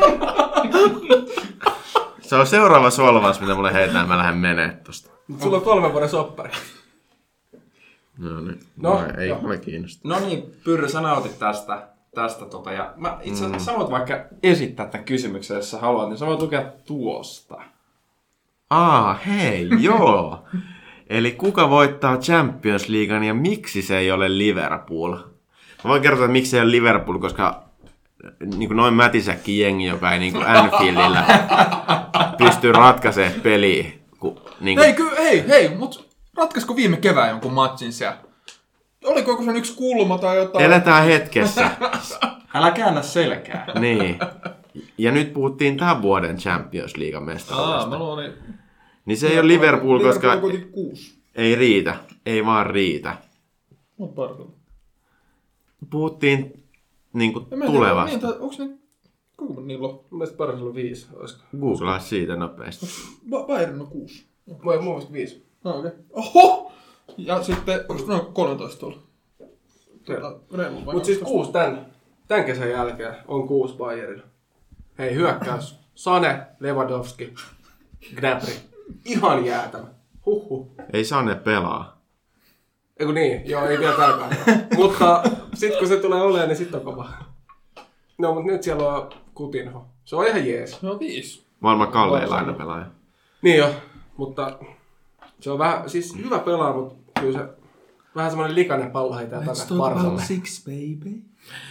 Se on seuraava solvaus, mitä mulle heitään. Mä lähden menee tosta. Mut sulla on kolmen vuoden soppari. No niin. No, No, ei joo. mulle kiinnosta. No niin, Pyrrö, sä nautit tästä. tästä tota, ja mä itse asiassa mm. sä voit vaikka esittää tämän kysymyksen, jos sä haluat, niin sä voit lukea tuosta. Aa, hei, joo. Eli kuka voittaa Champions Leaguean ja miksi se ei ole Liverpool? Mä voin kertoa, että miksi se ei ole Liverpool, koska niin kuin noin mätisäkki jengi, joka ei niin kuin Anfieldillä pysty ratkaisemaan peliä. Kun, niin kuin... Hei, ky- hei, hei, mut ratkaisko viime kevään jonkun matsin siellä? Oliko joku sen yksi kulma tai jotain? Eletään hetkessä. Älä käännä selkää. Niin. Ja nyt puhuttiin tämän vuoden Champions Leaguean mestaruudesta. Aa, mä luulin... Niin se ei ole Liverpool, koska Liverpool on kuitenkin kuusi. ei riitä. Ei vaan riitä. Mut parhaalla. Puhuttiin niin kuin En mä tiedä, tulevasta. Niin, tai onks ne... Kuinka niillä on? Mun mielestä parhaalla on viisi, olisiko? Googlaa siitä nopeasti. Ba- Bayern on kuusi. Voi mun mielestä viisi. No okei. Okay. Oho! Ja sitten, onks noin kolmetoista tuolla? Tota, reilu vai Mut siis onks- kuusi tän, tän kesän jälkeen on kuusi Bayernilla. Hei, hyökkäys. Sane, Lewandowski, Gnabry. Ihan jäätävä. Huhhuh. Ei Sane pelaa. Eiku niin, joo, ei vielä tällä päivänä. Mutta sit kun se tulee olemaan, niin sit on kova. No, mut nyt siellä on Coutinho. Se on ihan jees. No viisi. Maailman kallein lainapelaaja. Niin jo, mutta se on vähän, siis hyvä pelaa, mutta kyllä se vähän semmoinen likainen pallo heitää takaisin Barsalle. six, baby.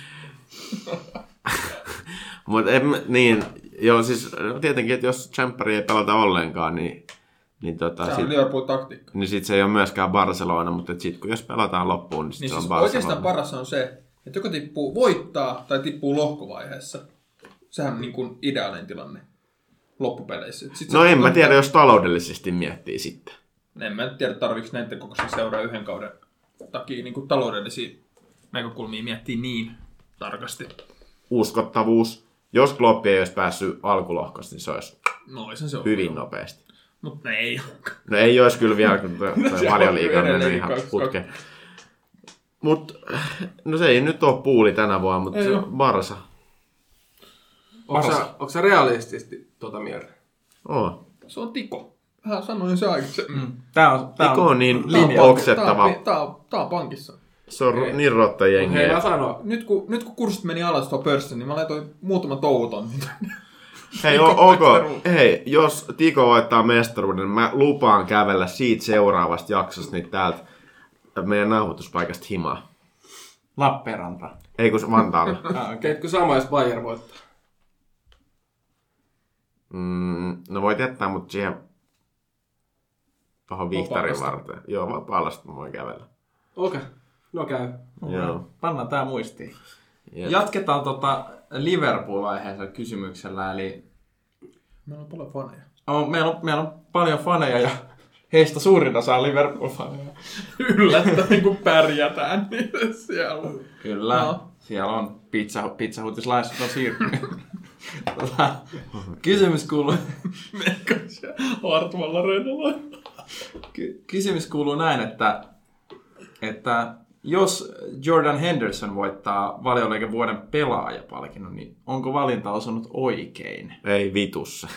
Mut niin, joo siis tietenkin, että jos Champions ei pelata ollenkaan, niin, niin, tota, Se sit, on Liverpool-taktiikka. niin sit se ei ole myöskään Barcelona, mutta sit, kun jos pelataan loppuun, niin sit Niin se on siis Barcelona. oikeastaan paras on se, että joko tippuu voittaa tai tippuu lohkovaiheessa. Sehän on niin kuin ideaalinen tilanne loppupeleissä. Sit No se- en mä tiedä, jos taloudellisesti miettii sitten. En mä tiedä, tarviiko näiden kokoisia seuraa yhden kauden takia niin kuin taloudellisia näkökulmia miettiä niin tarkasti. Uskottavuus. Jos Kloppi ei olisi päässyt alkulohkosta, niin se olisi No, ei se on. hyvin nopeasti. Mutta ne ei. No ei olisi kyllä vielä, kun toi Se on Valioliiga on mennyt edelleen ihan kaksi- putkeen. Mut, no se ei nyt ole puuli tänä vuonna, mutta Ei se oo. on Barsa. Onko sä, onko sä realistisesti tota mieltä? Oo. Se on Tiko. Vähän sanoin se aikaisemmin. Mm. Tää on, tää Tiko on niin Tää on pankki- oksettava. Tää on, tää on, tää on pankissa. Se on Hei. niin rotta jengi. Hei, mä sanon. Nyt kun, nyt kun kurssit meni alas tuo pörssin, niin mä laitoin muutaman touhuton. Hei, o- ok. Hei, jos Tiko voittaa mestaruuden, niin mä lupaan kävellä siitä seuraavasta jaksosta niin täältä meidän nauhoituspaikasta himaa. Lappeenranta. Ei kun Vantaalla. Ah, okay. Teitkö sama, jos Bayern voittaa? Mm, no voit jättää mut siihen tohon Vihtarin Vapaalla. varteen. Joo, vapaalla mä voin kävellä. Okei, okay. No käy. Joo. Pannaan tää muistiin. Jep. Jatketaan tota Liverpool-aiheessa kysymyksellä, eli Meillä on paljon faneja. on, meillä, on, meillä on paljon faneja ja heistä suurin osa on Liverpool-faneja. Yllättäen, kun pärjätään, niin siellä on. Kyllä, No. siellä on pizza, pizzahuutislaissut on siirtynyt. tota, kysymys kuuluu... Meikäisiä Hartwalla reunalla. Ky- kysymys kuuluu näin, että, että jos Jordan Henderson voittaa Valioliigan vuoden pelaajapalkinnon, niin onko valinta osunut oikein? Ei vitussa.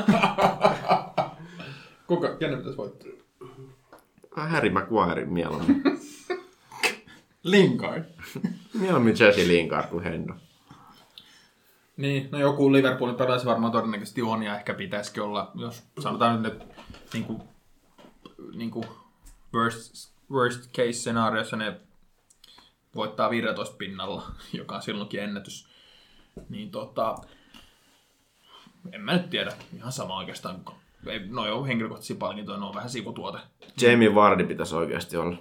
Kuka? Kenen pitäisi voittaa? Harry Maguire mieluummin. Lingard. Mieluummin Jesse Lingard kuin Hendo. Niin, no joku Liverpoolin pelaaja varmaan todennäköisesti on ja ehkä pitäisikin olla, jos sanotaan nyt, että niin kuin, niin kuin worst, worst case scenaariossa ne voittaa viisitoista pinnalla, joka on silloinkin ennätys. Niin tota, en mä nyt tiedä, ihan sama oikeastaan. Ei, no joo, henkilökohtaisia palkintoja, ne on vähän sivutuote. Jamie Vardy pitäisi oikeasti olla.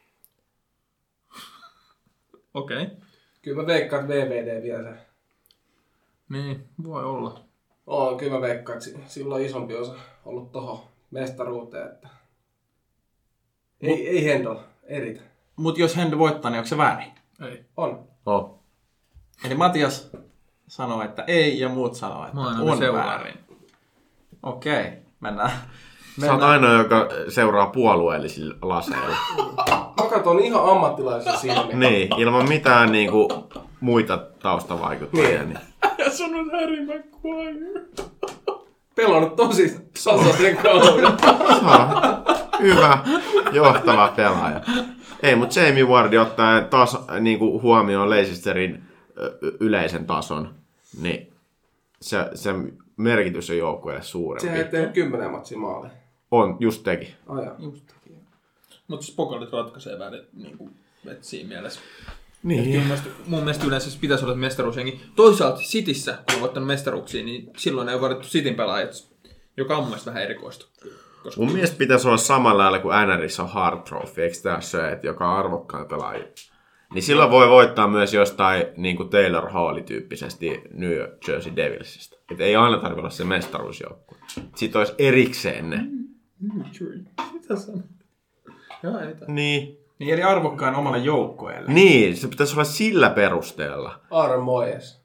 Okei. Okay. Kyllä mä veikkaan, että V V D vielä. Niin, voi olla. On, kyllä mä veikkaan, että sillä on isompi osa ollut tohon mestaruuteen. Että... Ei, Mut... ei Hendol, ei riitä. Mutta jos Hendo voittaa, niin onko se väärin? Ei. On. Oh. Eli Matias sanoo, että ei, ja muut sanoo, että on väärin. Okei, okay, mennään. Sä oot ainoa, joka seuraa puolueellisilla laseilla. Mä katson ihan ammattilaisia silmiä. Niin, ilman mitään niinku, muita taustavaikuttajia. Niin. Ja sanot Harry Maguire. Pelannut tosi tasaisen kauden. Hyvä, johtava pelaaja. Ei, mutta Jamie Vardy ottaa taas niinku, huomioon Leicesterin y- yleisen tason, niin se, se merkitys on joukkueelle suurempi. Sehän ei tehnyt kymmenen matsia maalia. On, just teki. Oh, Just teki. Mutta siis pokalit ratkaisee vähän niin kuin, siinä mielessä. Niin. Mun mielestä, mun mielestä yleensä pitäisi olla mestaruusjengi. Toisaalta Cityssä, kun on voittanut mestaruuksia, niin silloin ei ole vaadittu Cityn pelaajat, joka on mun mielestä vähän erikoista. Koska... Mun mielestä pitäisi olla samalla lailla kuin N R:ssä on Hart Trophy, eikö tämä se, että joka on arvokkaan pelaaja? Niin silloin voi voittaa myös jostain niin kuin Taylor Hall-tyyppisesti New Jersey Devilsistä. Että ei aina tarvitse olla se mestaruusjoukkue. Sitten olisi erikseen ne. Mitä sanoo? Joo, ei mitään. Niin. Niin, eli arvokkaan omalle joukkueelle. Niin, se pitäisi olla sillä perusteella. Aaron Moyes.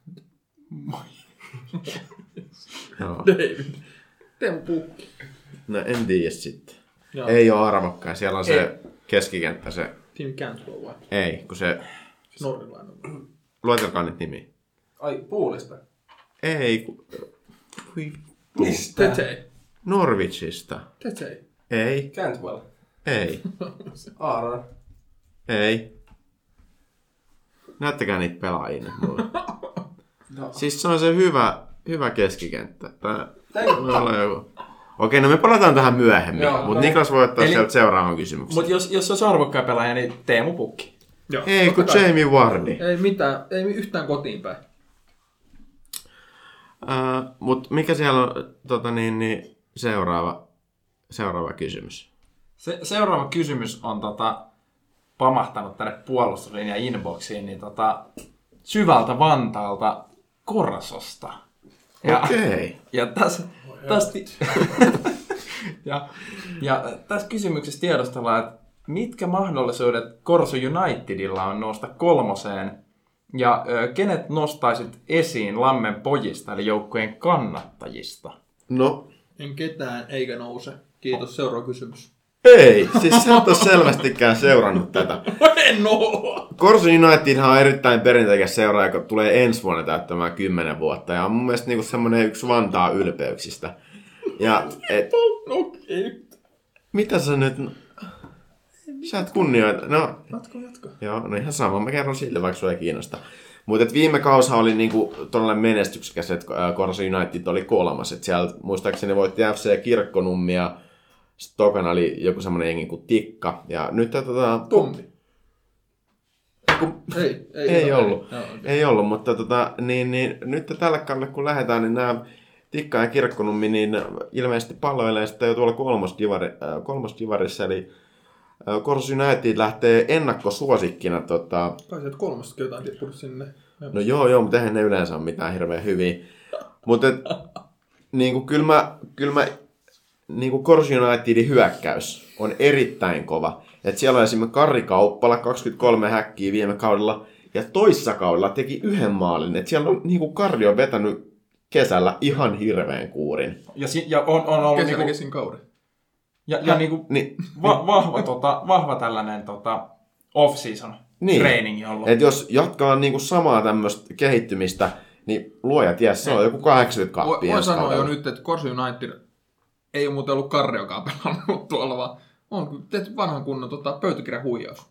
Joo. David. Teemu Pukki. No en tiedä sitten. Joo. Ei ole arvokkaan. Siellä on se Ei. keskikenttä se. Tim Cantwell vai? Ei, kun se... Norrilainen. Luetelkaa nyt nimi. Ai, Puulista. Ei, kun... Hui. Mistä? Tetei. Norwichista. Tetei. Ei. Cantwell. Ei. Aaron. Ei. Näyttäkää niitä pelaajia nyt mulle. No. Siis se on se hyvä, hyvä keskikenttä. Tää... Thank Me ollaan joku... Okei, no me palataan tähän myöhemmin, mutta Niklas voi ottaa Eli... sieltä seuraavan kysymyksen. Mutta jos, jos olisi arvokkaan pelaaja, niin Teemu Pukki. Joo. Ei, kun Jamie Vardy. Ei mitään, ei yhtään kotiin päin. Uh, mutta mikä siellä on tota, niin, niin, seuraava, seuraava kysymys? Se, seuraava kysymys on tota, pamahtanut tänne puolustuslinjan inboxiin, niin tota, syvältä Vantaalta Korsosta. Okei. Okay. Ja tässä tästä, ja, ja tässä kysymyksessä tiedostellaan, että mitkä mahdollisuudet Korso Unitedilla on nousta kolmoseen ja ö, kenet nostaisit esiin Lammen pojista eli joukkueen kannattajista? No, En ketään eikä nouse. Kiitos, seuraava kysymys. ei. Siis sä et ole selvästikään seurannut tätä. En oo! Korso Unitedhan on erittäin perinteikäs seura, joka tulee ensi vuonna täyttämään kymmenen vuotta. Ja on mun mielestä niinku semmoinen yksi Vantaan ylpeyksistä. Ja, et, Okei. mitä sä nyt... Sä et kunnioita... No, Jatko, jatko. joo, no ihan sama. Mä kerron sille, vaikka sua ei kiinnosta. Mutta viime kausa oli niinku todella menestyksekäs, että Korso United oli kolmas. Et siellä muistaakseni voitti F C Kirkkonummi ja sitten tokana oli joku semmoinen jengi kuin Tikka. Ja nyt tota... Tommi. Ei, ei, Ei ollut. Ei, okay. Ei ollut, mutta tota, niin, niin, nyt tällä kaudella kun lähdetään, niin nämä Tikka ja Kirkkonummi niin ilmeisesti palloilee sitten jo tuolla kolmosdivari, äh, kolmosdivarissa, eli äh, Korso United lähtee ennakkosuosikkina. Tota, Kai sieltä kolmostakin jotain tippunut sinne. no joo, joo, mutta eihän ne yleensä ole mitään hirveän hyviä. Mutta niin kuin, kyllä mä, kyllä mä niin kuin Corsi Unitedin hyökkäys on erittäin kova. Et siellä on esimerkiksi Karri Kauppala, kaksikymmentäkolme häkkiä viime kaudella, ja toissa kaudella teki yhden maalin. Et siellä on niin kuin Karri on vetänyt kesällä ihan hirveän kuurin. Ja, si- ja on, on ollut... Kesällä Niinku, kesin kauden. ja, ja niinku Niin, va- vahva, tota, vahva tällainen tota, off-season niin. trainingi ollut. Et jos jatkaa niin kuin samaa tämmöistä kehittymistä, niin luoja ties, se on joku kahdeksankymmentä Voi, kappia. voi ensi sanoa kaudella. jo nyt, että Corsi United ei ole muuten ollut Karri, joka on pelannut tuolla, vaan on tehty vanhan kunnon tota, pöytäkirjan huijaus.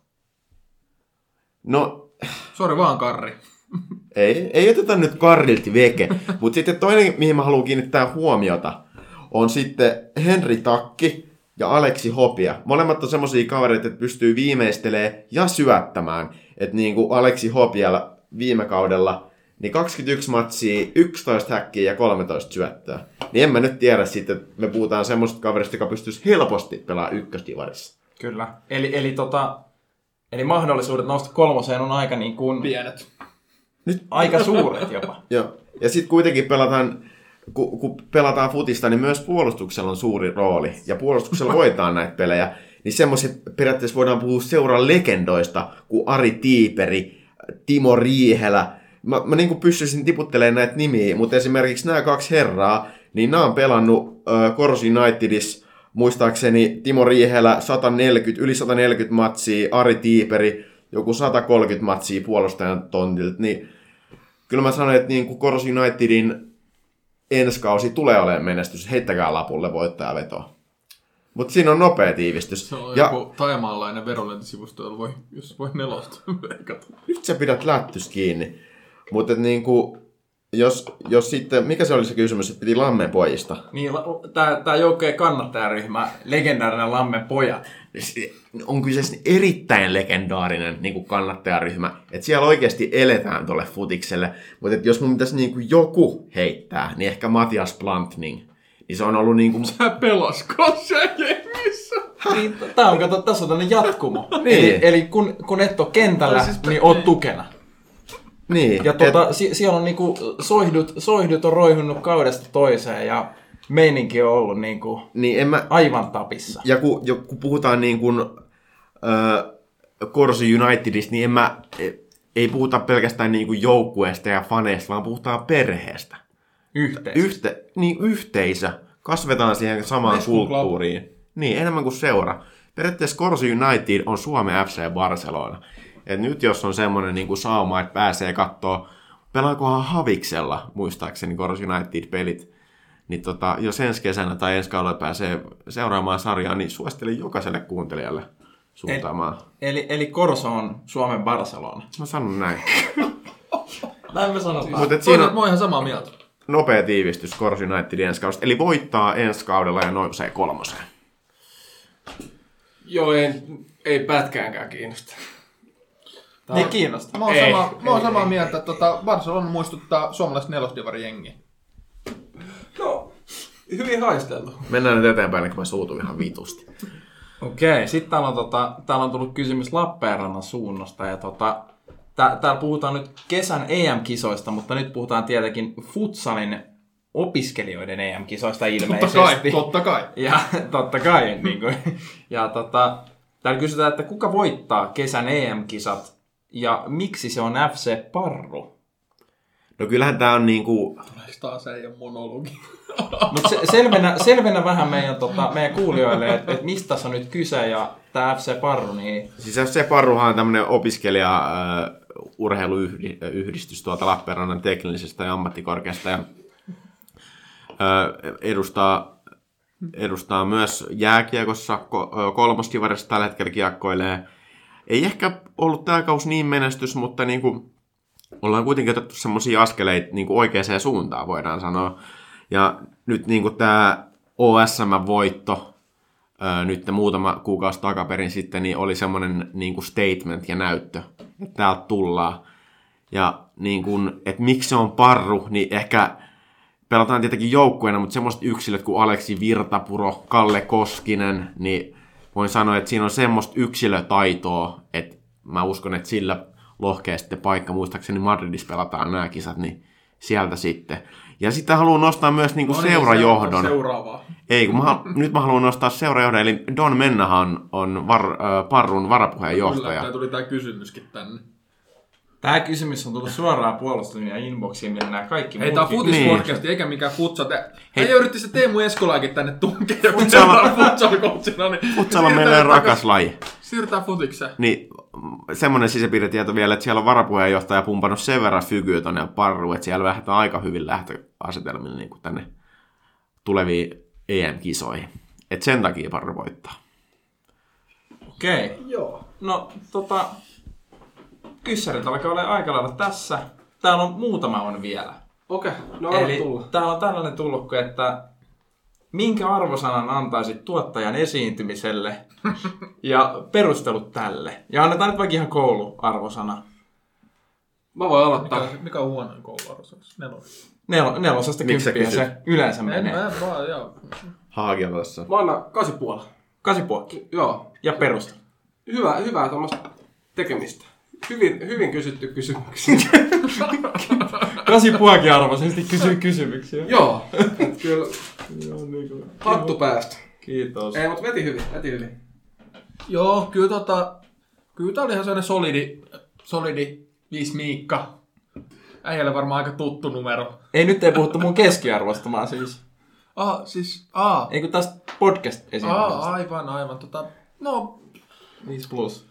No, Sori vaan Karri. ei, ei oteta nyt Karrilti veke. Mutta sitten toinen, mihin mä haluan kiinnittää huomiota, on sitten Henri Takki ja Aleksi Hopia. Molemmat on semmosia kavereita, että pystyy viimeistelemään ja syöttämään. Että niin kuin Aleksi Hopialla viime kaudella, niin kaksikymmentäyksi matsia, yksitoista häkkiä ja kolmetoista syöttöä. Niin en mä nyt tiedä sitten, että me puhutaan semmoista kaverista, joka pystyisi helposti pelaamaan ykkösdivarissa. Kyllä. Eli, eli, tota, eli mahdollisuudet nousta kolmoseen on aika, niin kuin, Pienet. Nyt aika suuret jopa. Joo. Ja sitten kuitenkin pelataan, kun, kun pelataan futista, niin myös puolustuksella on suuri rooli. Ja puolustuksella voitaan näitä pelejä. Niin semmoiset periaatteessa voidaan puhua seuran legendoista, kuin Ari Tiiperi, Timo Riihelä. Mä, mä niin kuin pystyisin tiputtelemaan näitä nimiä, mutta esimerkiksi nämä kaksi herraa, niin nämä on pelannut äh, Corsi Unitedissa, muistaakseni Timo Riihelä sata neljäkymmentä, yli sata neljäkymmentä matsia, Ari Tiiperi joku sata kolmekymmentä matsia puolustajan tontilta, niin kyllä mä sanoin, että niin kuin Corsi Unitedin ensi kausi tulee olemaan menestys. Heittäkää lapulle voittajavetoa. Mutta siinä on nopea tiivistys. Se on ja joku taimaalainen verolentisivusto, jolla voi, jos voi nelosta veikata. nyt sä pidät lättys kiinni. Mutta niinku, jos, jos sitten, mikä se oli se kysymys, että piti Lammen pojista? Niin, tämä joukkojen kannattajaryhmä, legendaarinen Lammen pojat. On kyseessä erittäin legendaarinen niin kuin kannattajaryhmä, että siellä oikeasti eletään tuolle futikselle, mutta jos mun pitäisi niin kuin joku heittää, niin ehkä Matias Plantning, niin se on ollut niin kuin... Sä pelasko se jengissä? Niin, tää on, kato, tässä on tämmöinen jatkumo. Niin. Eli, eli kun, kun et ole kentällä, siis- niin oot tukena. Niin, Ja tuota, et... si- siellä on niinku soihdut, soihdut on roihunut kaudesta toiseen ja meininki on ollut niinku niin en mä... aivan tapissa. Ja kun, jo, kun puhutaan niin kuin äh, Corsi Unitedista, niin en mä, ei puhuta pelkästään niin kuin joukkueesta ja faneista, vaan puhutaan perheestä. Yhteisesti. Yhte, niin yhteisö. Kasvetaan siihen samaan Meskun kulttuuriin. Niin, enemmän kuin seura. Periaatteessa Corsi United on Suomen F C Barcelona. Et nyt jos on semmoinen niin kuin sauma, että pääsee katsoa, pelaakohan Haviksella, muistaakseni Corsi United-pelit, niin tota, jos ensi kesänä tai ensi kaudella pääsee seuraamaan sarjaa, niin suosittelen jokaiselle kuuntelijalle suuntaamaan. Eli, eli Korso on Suomen Barcelona. Mä sanon näin. Näin me sanotaan. Mutta et siinä Siinä... Mä on oon ihan samaa mieltä. nopea tiivistys Corsi Unitedin ensi kaudesta. Eli voittaa ensi kaudella ja nousee kolmoseen. Joo, ei, ei pätkäänkään kiinnosta. Tää Ei on- kiinnosta. Mä oon, Ei, sama, mä oon ei, samaa ei. mieltä, että tota Barcelona muistuttaa suomalaista nelosdivarin jengiä. No, hyvin haistellut. Mennään nyt eteenpäin, niin kun mä suutun ihan vitusti. Okei, sitten täällä on, tota, täällä on tullut kysymys Lappeenrannan suunnasta. Ja tota, tää, täällä puhutaan nyt kesän E M-kisoista, mutta nyt puhutaan tietenkin futsalin opiskelijoiden E M-kisoista ilmeisesti. Totta kai, totta kai. Ja totta kai. Niin kuin, ja tota, täällä kysytään, että kuka voittaa kesän E M-kisat ja miksi se on F C Parru? No kyllähän tää on niinku... Taas ei ole monologi. Mutta se, selvennä, selvennä vähän meidän, tota, meidän kuulijoille, että et mistä tässä on nyt kyse ja tämä F C Parru, niin... Siis F C Parruhan on tämmönen opiskelija äh, urheiluyhdistys tuolta Lappeenrannan teknillisestä ja ammattikorkeasta ja äh, edustaa, edustaa myös jääkiekossa, ko- kolmosdivarissa tällä hetkellä kiekkoilee. Ei ehkä ollut tää kausi niin menestys, mutta niinku ollaan kuitenkin otettu semmosia askeleita niinku oikeaan suuntaan, voidaan sanoa. Ja nyt niinku tää O S M-voitto, ää, nyt muutama kuukausi takaperin sitten, niin oli semmoinen niinku statement ja näyttö, että täältä tullaan. Ja niinku, että miksi se on Parru, niin ehkä pelataan tietenkin joukkueena, mutta semmoiset yksilöt kuin Aleksi Virtapuro, Kalle Koskinen, niin voin sanoa, että siinä on semmoista yksilötaitoa, että mä uskon, että sillä lohkee sitten paikka. Muistaakseni Madridissa pelataan nämä kisat, niin sieltä sitten. Ja sitten haluan nostaa myös niinku No niin, seurajohdon. Seuraavaa. Ei, kun mä, nyt mä haluan nostaa seurajohdon, eli Don Mennahan on var, äh, Parrun varapuheenjohtaja. Kyllä, tuli tää kysymyskin tänne. Tämä kysymys on tullut suoraan puolustuslinjan inboxiin, millä nämä kaikki Hei, tää on muutkin... Futispodcast, eikä mikään futsal. Hei. Hei, yritti se Teemu Eskolaakin tänne tunkea joku Futsal- seuraava futsal-coachina. Niin Futsal on meille rakas laji. Siirrytään futikseen. Niin, semmoinen sisäpiiritieto vielä, että siellä on varapuheenjohtaja pumpannut sen verran fykyä tonne Parruun, että siellä lähdetään aika hyvin lähtöasetelmilla niin kuin tänne tuleviin E M-kisoihin. Että sen takia Parru voittaa. Okei. Joo. No, tota... Kyssärit alkaa olla aika lailla tässä. Täällä on muutama on vielä. Okei, no anna Eli tulla. täällä on tällainen tullutko, että minkä arvosanan antaisit tuottajan esiintymiselle ja perustelut tälle? Ja annetaan nyt vaikka ihan kouluarvosana. Mä voin aloittaa. Mikä, mikä on huonoin kouluarvosanassa? Nelonen. Nel, nelosesta Miksi sä kymppiä se kysyt? yleensä En menee. mä vaan, joo. Haakia tässä. Mä annan kasi puoli. Kasipuokki. Joo. Ja perustelu. Hyvä, hyvää tuommoista tekemistä. Hyvin, hyvin kysytty kysymyksiä. Kasipuokki arvoisesti kysyy kysymyksiä. Joo. Et kyllä Joo, niin kuin. hattu päästä. Kiitos. Ei, mutta veti hyvin, veti hyvin. Joo, kyllä tota... Kyllä tää oli ihan sellainen solidi, solidi viisi Miikka. Äijälle varmaan aika tuttu numero. Ei nyt ei puhuttu mun keskiarvosta, vaan siis... Ah, siis... Ah, Ei kun tästä podcast ah esiintymisestä. aivan, aivan. Tota, no, viisi plus.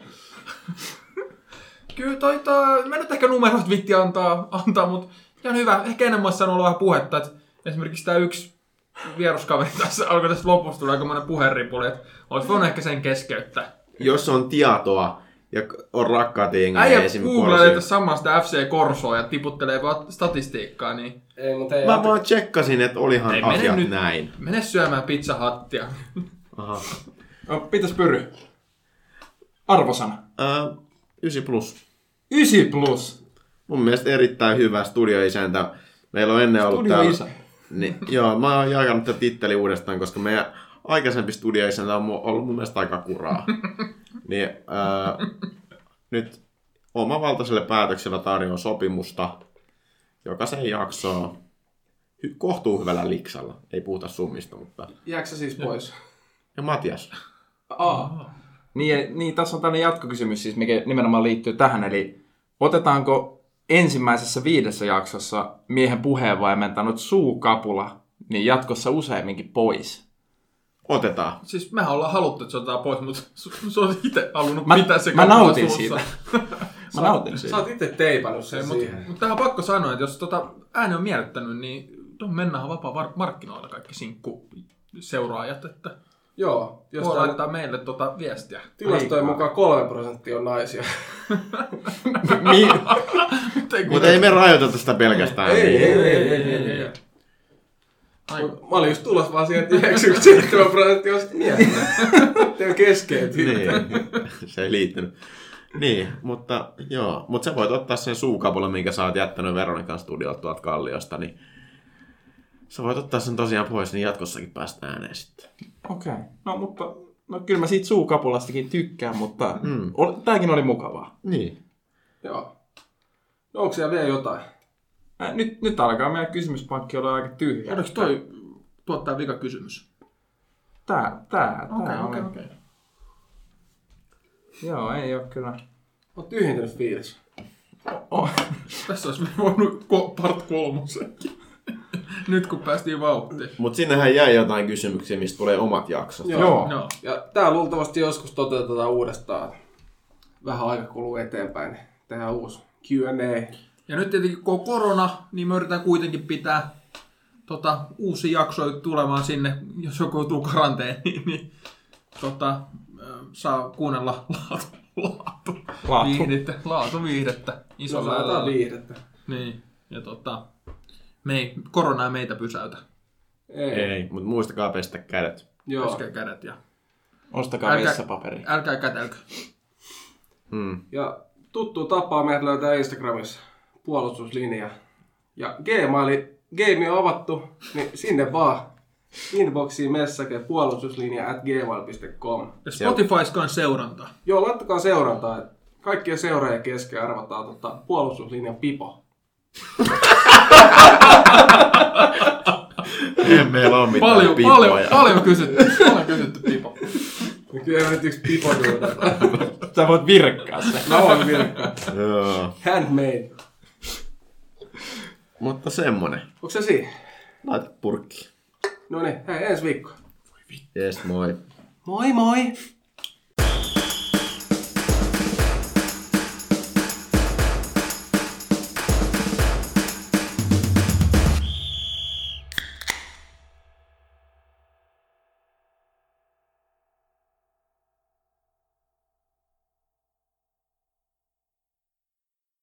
kyllä toi, toi, mä nyt ehkä numerot vitti antaa, antaa mutta ihan hyvä. Ehkä enemmän olisi saanut olla vähän puhetta. Että esimerkiksi tämä yksi vieruskaveri tässä alkoi tästä lopusta tulla aikamoinen puheripuli, että olisi voinut ehkä sen keskeyttää. Jos on tietoa ja on rakkaat jengejä Äijä esimerkiksi googlelee tässä samaa sitä F C Korsoa ja tiputtelee vaan statistiikkaa, niin Ei, mutta ei. Mä vaan tsekkasin, että olihan Ei, mene asiat nyt. näin. mene syömään pizzahattia. Aha. No, pitäis pyry. Arvosana. Äh, ysi plus. ysi plus. Mun mielestä erittäin hyvä studioisäntä. Meillä on ennen ollut Studioisä. täällä... Niin, joo, mä oon jakanut tätä titteli uudestaan, koska meidän aikaisempi studioisäntä on mu- ollut mun mielestä aika kuraa. Niin, äh, nyt omavaltaiselle päätöksellä tarjoaa sopimusta jokaisen jaksoa hy- kohtuu hyvällä liksalla. Ei puhuta summista, mutta... Jääkö sä siis pois? Ja Matias. Aa. Niin, niin, tässä on tällainen jatkokysymys, siis, mikä nimenomaan liittyy tähän. Eli otetaanko ensimmäisessä viidessä jaksossa miehen puheenvaimentanut suukapula niin jatkossa useamminkin pois? Otetaan. Siis mehän ollaan haluttu, että se otetaan pois, mutta se on itse halunnut Mä, pitää se mä kapula nautin suussa. siitä. mä nautin Sä siitä. oot itse teipannut sen Mutta siihen. mut tähän on pakko sanoa, että jos tota ääni on miellyttänyt, niin Don mennään vapaa var- markkinoilla kaikki sinkku-seuraajat, että Joo. voi Jostain laittaa meille tota viestiä. tilastojen mukaan kolme prosenttia on naisia. Mi- Mutta ei me rajoiteta sitä pelkästään. Ei, niin. ei, ei, ei, ei, ei. Mut Mä olin just tulossa vaan siihen, että yhdeksänkymmentäseitsemän prosenttia on miehiä. Te on keskeytynyt. Niin, se ei liittynyt. Niin, mutta joo. Mutta sä voit ottaa sen suukapulan, minkä sä oot jättänyt Veronikan studiolta tuolta Kalliosta, niin sä voit ottaa sen tosiaan pois, niin jatkossakin päästä ääneen sitten. Okei. Okay. No mutta no, kyllä mä siitä suukapulastakin tykkään, mutta Mm. ol, tääkin oli mukavaa. Niin. Joo. No onko siellä vielä jotain? Äh, nyt, nyt alkaa meidän kysymyspankki olla aika tyhjä. Oliko toi tuottaa vika kysymys? Tää, tää, Okei, tää okei, oli. okei. Joo, ei oo kyllä. Oot tyhjentänyt fiilis. Oh. Tässä olisi voinut ko- part kolmosenkin. Nyt kun päästiin vauhtiin. Mutta sinnehän jäi jotain kysymyksiä, mistä tulee omat jaksot. Joo. Joo. Joo. Ja tää luultavasti joskus toteutetaan uudestaan. Vähän aika kuluu eteenpäin, niin tehdään uusi Q and A. Ja nyt tietenkin kun on korona, niin me yritetään kuitenkin pitää tota, uusia jaksoja tulemaan sinne, jos joku joutuu karanteeniin, niin tota, saa kuunnella laatu, laatu, Laatu. viihdettä, laatu viihdettä No isolla saadaan älyllä. viihdettä. Niin, ja tota, me ei, korona ei meitä pysäytä. Ei. Ei, mutta muistakaa pestä kädet. Joo. Peskää kädet ja Ostakaa Älkää- vessapaperi. älkää kätelkö. Hmm. Ja tuttu tapaa meidät löytää Instagramissa puolustuslinja. Ja Gmail, game on avattu, niin sinne vaan inboxiin message puolustuslinja at gmail piste com. Ja Spotifyskaan seurantaa. Joo, laittakaa seurantaa. että Kaikkien seuraajien kesken arvataan tota, puolustuslinjan pipo. Ei meillä ole mitään Paljon, pipoja. paljon, paljon kysytty. Paljon kysytty pipo. Kyllä nyt yksi pipo juoda. Sä voit virkkaa sen. Mä voin virkkaa. Joo. Handmade. Mutta semmonen. Onko se siinä? Laita purkki. No niin, hei ensi viikko. Jes, moi. Moi moi!